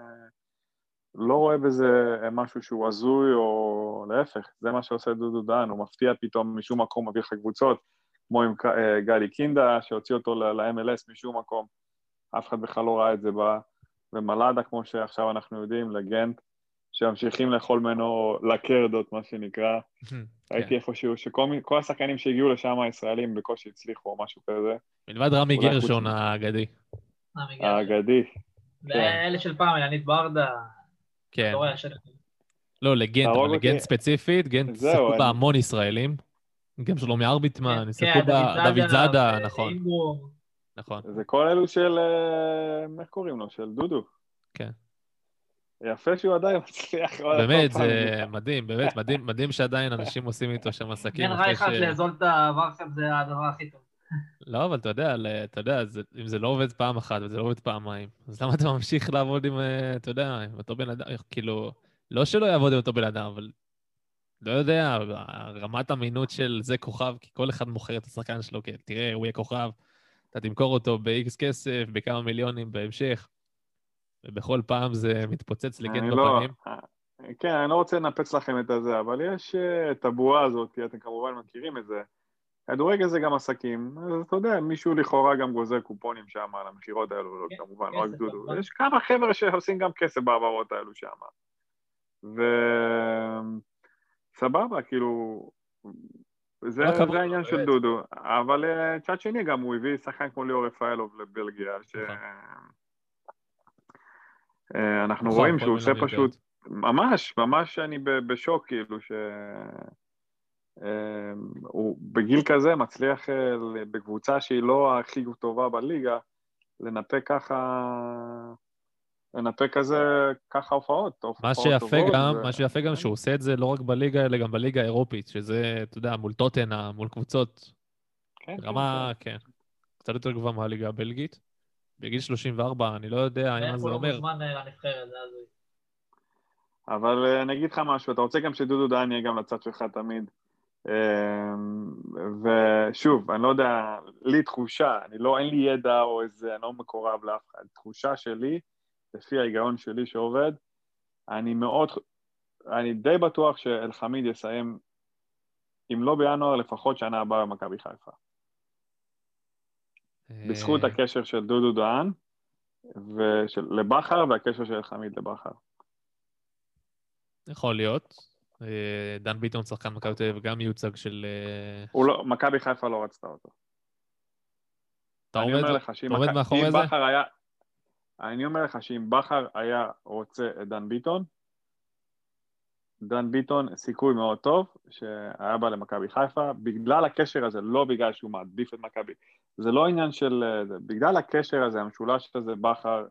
לא רואה בזה משהו שהוא הזוי או להפך, זה מה שעושה דודו דהן, הוא מפתיע פתאום משום מקום, מביא לך קבוצות, כמו עם גלי קינדה, שהוציא אותו ל-אם אל אס משום מקום, אף אחד בכלל לא ראה את זה בה, ומלאדה, כמו שעכשיו אנחנו יודעים, לגנט, שממשיכים לאכול ממנו לקרדות, מה שנקרא. ראיתי איפשהו שכל השחקנים שהגיעו לשם הישראלים בקושי הצליחו או משהו כזה. מלבד רמי גרשון האגדי. האגדי. ואלה של פעם, ילנית ברדה. כן. לא, לגנט, אבל לגנט ספציפית, גנט שיחקו בה המון ישראלים. גם שלומי ארביטמן, שיחקו בה דוד זאדה, נכון. נכון. זה כל אלו של, איך קוראים לו? של דודו. כן. יפה שהוא עדיין מצליח. באמת, זה מדהים, באמת, מדהים, מדהים שעדיין אנשים עושים איתו שם עסקים. בין רייכרד לאזול את הוורסם זה הדבר הכי טוב. לא, אבל אתה יודע, אתה יודע, אם זה לא עובד פעם אחת וזה לא עובד פעמיים, אז למה אתה ממשיך לעבוד עם, אתה יודע, עם אותו בן אדם, כאילו, לא שלא יעבוד עם אותו בן אדם, אבל לא יודע, רמת אמינות של זה כוכב, כי כל אחד מוכר את השחקן שלו, כי תראה, הוא יהיה כוכב, אתה תמכור אותו ב-X כסף, בכמה מיליונים בהמשך, ובכל פעם זה מתפוצץ לגנט בפנים. כן, אני לא רוצה לנפץ לכם את זה, אבל יש את הבועה הזאת, כי אתם כמובן מכירים את זה. כדורגל זה גם עסקים, אז אתה יודע, מישהו לכאורה גם גוזר קופונים שם על המחירות האלו, כמובן, לא רק דודו. יש כמה חבר'ה שעושים גם כסף בעברות האלו שם. וסבבה, כאילו, זה העניין של דודו. אבל צ'אט שני גם הוא הביא שחקן כמו ליאור רפאלוב לבלגיה, שאנחנו רואים שהוא עושה פשוט, ממש, ממש אני בשוק, כאילו, ש... הוא בגיל כזה מצליח בקבוצה שהיא לא הכי טובה בליגה, לנפק ככה, לנפק כזה ככה הופעות. מה שיפה גם, מה שיפה גם שהוא עושה את זה לא רק בליגה, אלא גם בליגה האירופית, שזה, אתה יודע, מול טוטנה, מול קבוצות, רמה, כן, קצת יותר גבוהה מהליגה הבלגית. בגיל שלושים וארבע, אני לא יודע מה זה אומר. איך הוא לא מוזמן לנבחרת, זה הזוי. אבל אני אגיד לך משהו, אתה רוצה גם שדודו דהן יהיה גם לצד שלך תמיד. ושוב, אני לא יודע, לי תחושה, אני לא, אין לי ידע או איזה, אני לא מקורב לאף אחד, תחושה שלי, לפי ההיגיון שלי שעובד, אני מאוד, אני די בטוח שאלחמיד יסיים, אם לא בינואר, לפחות שנה הבאה במכבי חיפה. בזכות הקשר של דודו דהן, לבחר, והקשר של אלחמיד לבחר. יכול להיות. דן ביטון שחקן מכבי תל אביב וגם מיוצג של... מכבי חיפה לא רצתה אותו. אתה עומד מאחורי זה? אני אומר לך שאם בכר היה רוצה את דן ביטון, דן ביטון סיכוי מאוד טוב שהיה בא למכבי חיפה, בגלל הקשר הזה, לא בגלל שהוא מעדיף את מכבי. זה לא עניין של... בגלל הקשר הזה, המשולש הזה, בכר...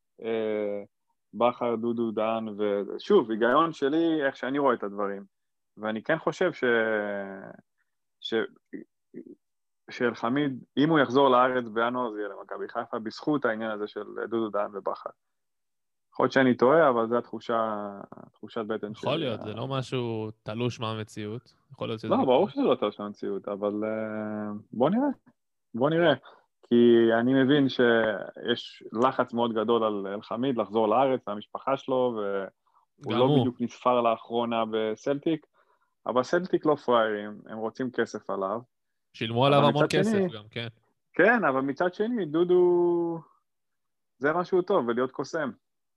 בכר, דודו, דהן, ושוב, היגיון שלי, איך שאני רואה את הדברים. ואני כן חושב ש... ש... שאלחמיד, אם הוא יחזור לארץ בינואר, זה יהיה למכבי חיפה, בזכות העניין הזה של דודו, דהן ובכר. יכול להיות שאני טועה, אבל זו התחושה, תחושת בטן שלי. יכול להיות, זה לא משהו תלוש מהמציאות. לא, ברור שזה לא תלוש מהמציאות, אבל בוא נראה. בוא נראה. כי אני מבין שיש לחץ מאוד גדול על אלחמיד לחזור לארץ, והמשפחה שלו, והוא לא הוא. בדיוק נספר לאחרונה בסלטיק, אבל סלטיק לא פריירים, הם רוצים כסף עליו. שילמו עליו המון כסף שני, גם, כן. כן, אבל מצד שני, דודו, זה משהו טוב, ולהיות קוסם.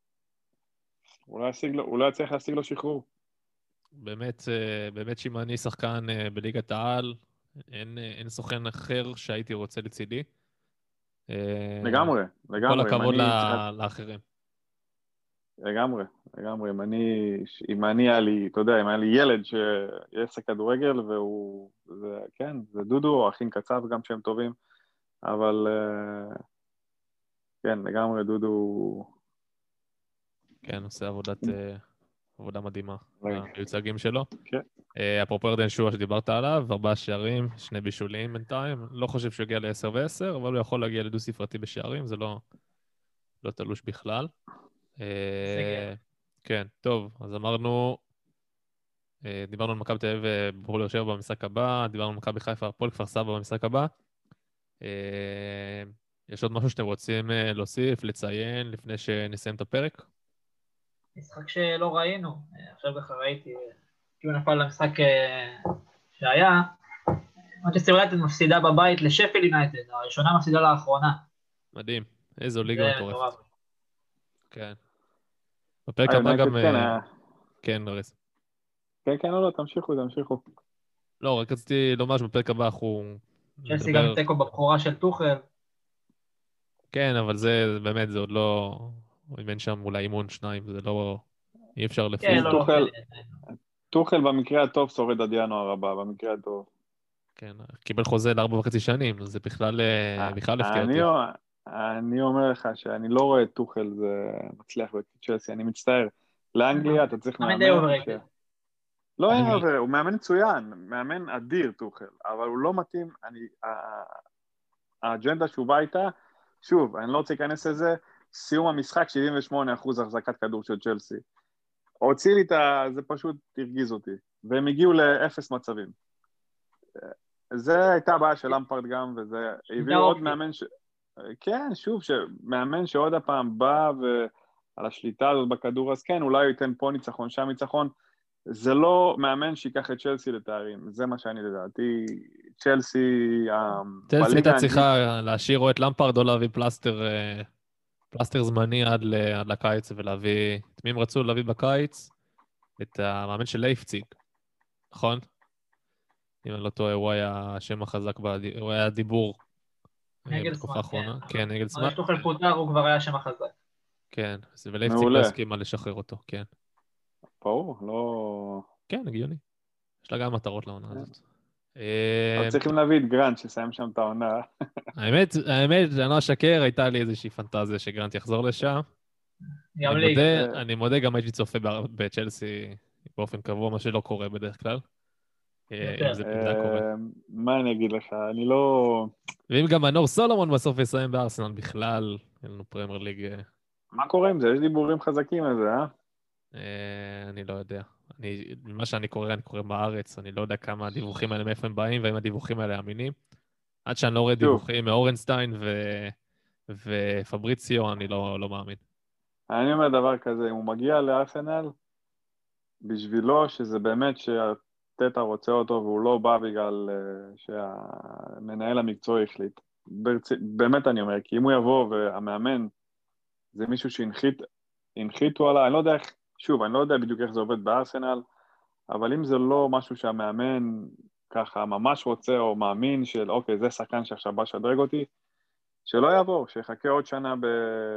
הוא לא ישיג לו, הוא לא יצליח להשיג לו שחרור. באמת, אה, באמת שימני שחקן אה, בליגת העל, אין, אה, אין סוכן אחר שהייתי רוצה לצידי. אה, לגמרי, כל לגמרי. הכבוד אם אני ל- צריך- לאחרים. לגמרי, לגמרי. אם אני, אם אני היה לי, אתה יודע, אם היה לי ילד שיעשה כדורגל, והוא, זה, כן, זה דודו או אחים קצב גם שהם טובים, אבל אה, כן, לגמרי דודו, כן, עושה עבודת, אה, עבודה מדהימה רגע. במיוצגים שלו. כן. אה, אפרופו ירדן שועה שדיברת עליו, ארבעה שערים, שני בישולים בינתיים. לא חושב שהוא יגיע ל-עשר ועשר, אבל הוא יכול להגיע לדו ספרתי בשערים, זה לא, לא תלוש בכלל. אה, כן, טוב, אז אמרנו, אה, דיברנו על מכבי תל אביב ובאר באר שבע במשחק הבא, דיברנו על מכבי חיפה, הפועל כפר סבא במשחק הבא. אה, יש עוד משהו שאתם רוצים אה, להוסיף, לציין, לפני שנסיים את הפרק? משחק שלא ראינו, אה, עכשיו ככה ראיתי, אה, כאילו נפל למשחק אה, שהיה, מנצ'סטר יונייטד מפסידה בבית לשפילד יונייטד, הראשונה מפסידה לאחרונה. מדהים, איזו ליגה זה מטורפת. מטורף. כן. בפרק אה, הבא יונייטד גם... כן, אה, אה, כן, אריס. כן, כן, לא, לא, תמשיכו, תמשיכו. לא, רק רציתי לומר שבפרק הבא אנחנו צ'לסי גם תיקו בבחורה של טוחל. כן, אבל זה באמת, זה עוד לא... אם אין שם אולי אימון שניים, זה לא... אי אפשר לפי... כן, לא, לא, טוחל, כן. טוחל במקרה הטוב שורד עד ינואר הבא, במקרה הטוב. כן, קיבל חוזה לארבע וחצי שנים, זה בכלל, אה, בכלל הפתיע אותי. אני, אני אומר לך שאני לא רואה את טוחל זה מצליח בצ'לסי, אני מצטער. לאנגליה אתה צריך מאמן די מאמן... אובררייטד. לא היה אני- עובר, הוא מאמן מצוין, מאמן אדיר טוחל, אבל הוא לא מתאים, אני... ה- האג'נדה שהוא בא איתה, שוב, אני לא רוצה להיכנס לזה, סיום המשחק שבעים ושמונה אחוז החזקת כדור של צ'לסי. הוציא לי את ה... זה פשוט הרגיז אותי, והם הגיעו לאפס מצבים. זה הייתה הבעיה של למפרד גם, וזה הביאו עוד מאמן ש... כן, שוב, מאמן שעוד הפעם בא ועל השליטה הזאת בכדור, אז כן, אולי הוא ייתן פה ניצחון, שם ניצחון, זה לא מאמן שיקח את צ'לסי לתארים, זה מה שאני לדעתי, צ'לסי... צ'לסי הייתה צריכה להשאיר או את למפרד או להביא פלסטר, אה, פלסטר זמני עד ל- עד לקיץ, ולהביא... את מי הם רצו להביא בקיץ? את המאמן של לייפציג, נכון? אם אני לא טועה, הוא היה השם החזק, בד... הוא היה דיבור אה, נגד בתקופה סמן, האחרונה. כן. כן, נגד סמן. אבל שטוחל פוטר, הוא כבר היה שם החזק. כן, ולייפציג לא מעולה. הסכימה לשחרר אותו, כן. ברור, לא... כן, הגיוני. יש לה גם מטרות לעונה כן. הזאת. אבל אה, צריכים להביא את גרנט שסיים שם את העונה. האמת, האמת, אני לא אשקר, הייתה לי איזושהי פנטזיה שגרנט יחזור לשם. גם אני לי. מודה, אני מודה, גם הייתי צופה ב- בצ'לסי באופן קבוע, מה שלא קורה בדרך כלל. אה, יותר. אם זה אם זה היה קורה. אה, מה אני אגיד לך, אני לא... ואם גם מנור סולומון בסוף יסיים בארסנל בכלל, אין לנו פרמייר ליג, אה, מה קורה עם זה? יש דיבורים חזקים על זה, אה? אה, אני לא יודע. אני, ממה שאני קורא, אני קורא בארץ, אני לא יודע כמה הדיווחים האלה, מאיפה הם באים, והאם הדיווחים האלה אמינים. עד שאני לא רואה שוב. דיווחים מאורנסטיין ו... ופבריציו, אני לא, לא מאמין. אני אומר דבר כזה, אם הוא מגיע לארסנל, בשבילו שזה באמת שהטטה רוצה אותו, והוא לא בא בגלל uh, שהמנהל המקצועי החליט. ברצ... באמת אני אומר, כי אם הוא יבוא והמאמן זה מישהו שהנחיתו עליו, אני לא יודע איך, שוב, אני לא יודע בדיוק איך זה עובד בארסנל, אבל אם זה לא משהו שהמאמן ככה ממש רוצה או מאמין של אוקיי, זה שחקן שעכשיו בא שדרג אותי, שלא יבוא, שיחכה עוד שנה ב...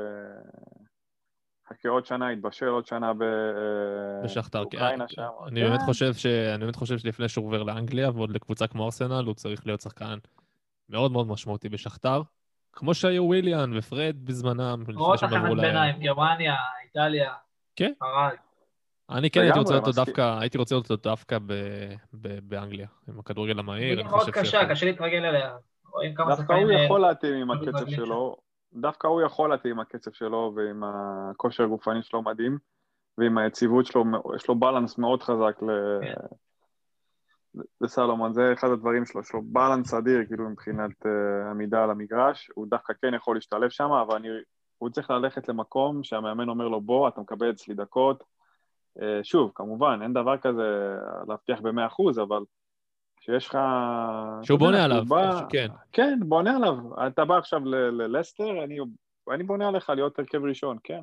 חכה עוד שנה, יתבשל עוד שנה ב... בשכתר. באוקראינה שם. אני כן. באמת חושב ש... אני באמת חושב שלפני שהוא עובר לאנגליה, ועוד לקבוצה כמו ארסנל, הוא צריך להיות שחקן מאוד מאוד משמעותי בשכתר, כמו שהיו וויליאן ופרד בזמנם, לפני עוד שהם עברו תחנת ל... ביניים, גרמניה, איטליה. כן. פרד. אני כן לגמרי, הייתי רוצה אותו מסכים. דווקא, הייתי רוצה אותו דווקא ב... ב... באנגליה, עם הכדורגל המהיר, ליגה אני מאוד חושב קשה, שיכול. קשה להתרגל אליה. רואים כמה דווקא שחקנים... הוא אה, יכול להתאים עם הקצב מתרגלים שם. שלו, דווקא הוא יכול להתאים עם הקצב שלו ועם הכושר הגופני שלו מדהים, ועם היציבות שלו, יש לו בלנס מאוד חזק ל... כן. לסלומון, זה אחד הדברים שלו, יש לו בלנס אדיר, כאילו מבחינת uh, עמידה על המגרש, הוא דווקא כן יכול להשתלב שם, אבל אני, הוא צריך ללכת למקום שהמאמן אומר לו, בוא, אתה מקבל אצלי דקות, uh, שוב, כמובן, אין דבר כזה להבטיח ב-מאה אחוז, אבל שיש לך... שהוא בונה עליו, בא... כן. כן, בונה עליו. אתה בא עכשיו ללסטר, אני, אני בונה עליך להיות הרכב ראשון, כן.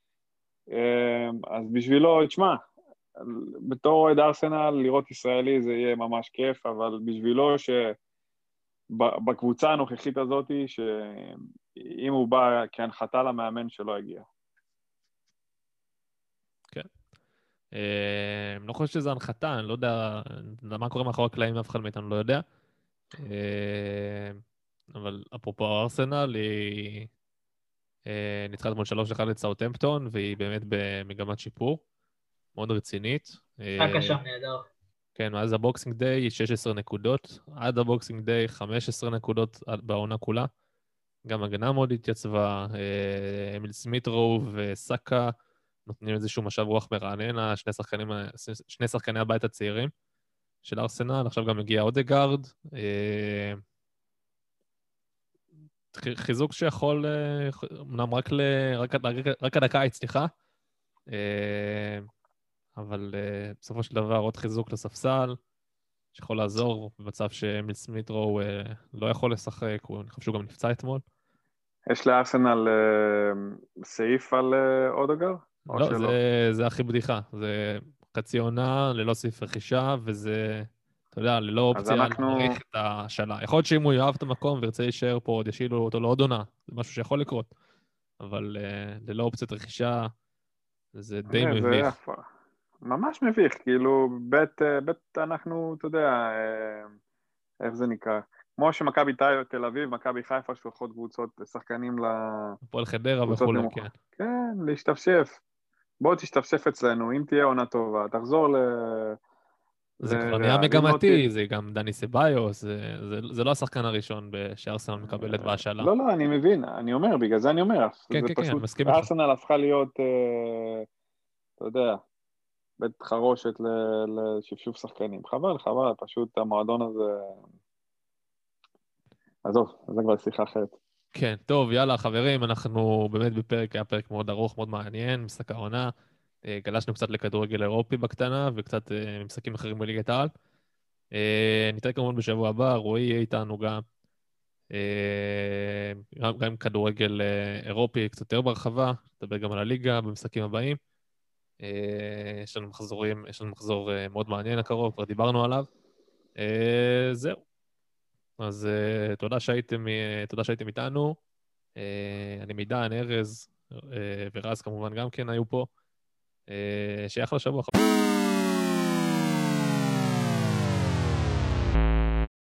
אז בשבילו, תשמע, בתור אוהד ארסנל, לראות ישראלי זה יהיה ממש כיף, אבל בשבילו שבקבוצה הנוכחית הזאת, שאם הוא בא כהנחתה למאמן שלא הגיע. כן. אני לא חושב שזה הנחתה, אני לא יודע מה קורה מאחורי הקלעים, אף אחד מאיתנו לא יודע. אבל אפרופו ארסנל, היא ניצחה אתמול שלוש אחד לסאות'המפטון, והיא באמת במגמת שיפור, מאוד רצינית. משחק שם נהדר. כן, מאז הבוקסינג דיי, שש עשרה נקודות, עד הבוקסינג דיי, חמש עשרה נקודות בעונה כולה. גם הגנה מאוד התייצבה, אמיל סמית'רו וסאקה, נותנים איזשהו משב רוח מרענן, שני שחקנים, שני שחקני הבית הצעירים של ארסנל, עכשיו גם מגיע אודגארד, חיזוק שיכול, אמנם רק, ל, רק, רק, רק עד הקיץ, סליחה, אבל בסופו של דבר עוד חיזוק לספסל, שיכול לעזור במצב שאמיל סמית'רו לא יכול לשחק, הוא חושב שהוא גם נפצע אתמול. יש לארסנל סעיף על אודגארד? לא, זה, זה הכי בדיחה. זה חצי עונה, ללא סעיף רכישה, וזה, אתה יודע, ללא אופציה אנחנו... להאריך את השנה. יכול להיות שאם הוא יאהב את המקום וירצה להישאר פה, עוד ישאילו אותו לעוד עונה. זה משהו שיכול לקרות. אבל uh, ללא אופציית רכישה, זה די זה מביך. זה ממש מביך, כאילו, בית, בית אנחנו, אתה יודע, איך זה נקרא? כמו שמכבי תל אביב, מכבי חיפה, שולחות קבוצות, שחקנים ל... הפועל חדרה וכולי, כן. כן, להשתפשף. בוא תשתפשף אצלנו, אם תהיה עונה טובה, תחזור ל... זה כבר נהיה מגמתי, זה גם דני סביוס, זה לא השחקן הראשון שארסנל מקבלת בהשאלה. לא, לא, אני מבין, אני אומר, בגלל זה אני אומר, כן, כן, כן, מסכים איתך. ארסנל הפכה להיות, אתה יודע, בית חרושת לשפשוף שחקנים. חבל, חבל, פשוט המועדון הזה... עזוב, זה כבר שיחה אחרת. כן, טוב, יאללה, חברים, אנחנו באמת בפרק, היה פרק מאוד ארוך, מאוד מעניין, משחק העונה. גלשנו קצת לכדורגל אירופי בקטנה, וקצת משחקים אחרים בליגת העל. נתראה כמובן בשבוע הבא, רועי יהיה איתנו גם. גם כדורגל אירופי, קצת יותר ברחבה, נדבר גם על הליגה במשחקים הבאים. יש לנו מחזורים, יש לנו מחזור מאוד מעניין הקרוב, כבר דיברנו עליו. זהו. אז תודה שהייתם, תודה שהייתם איתנו. אני מידן, ארז ורז כמובן גם כן היו פה. שיהיה אחלה שבוע.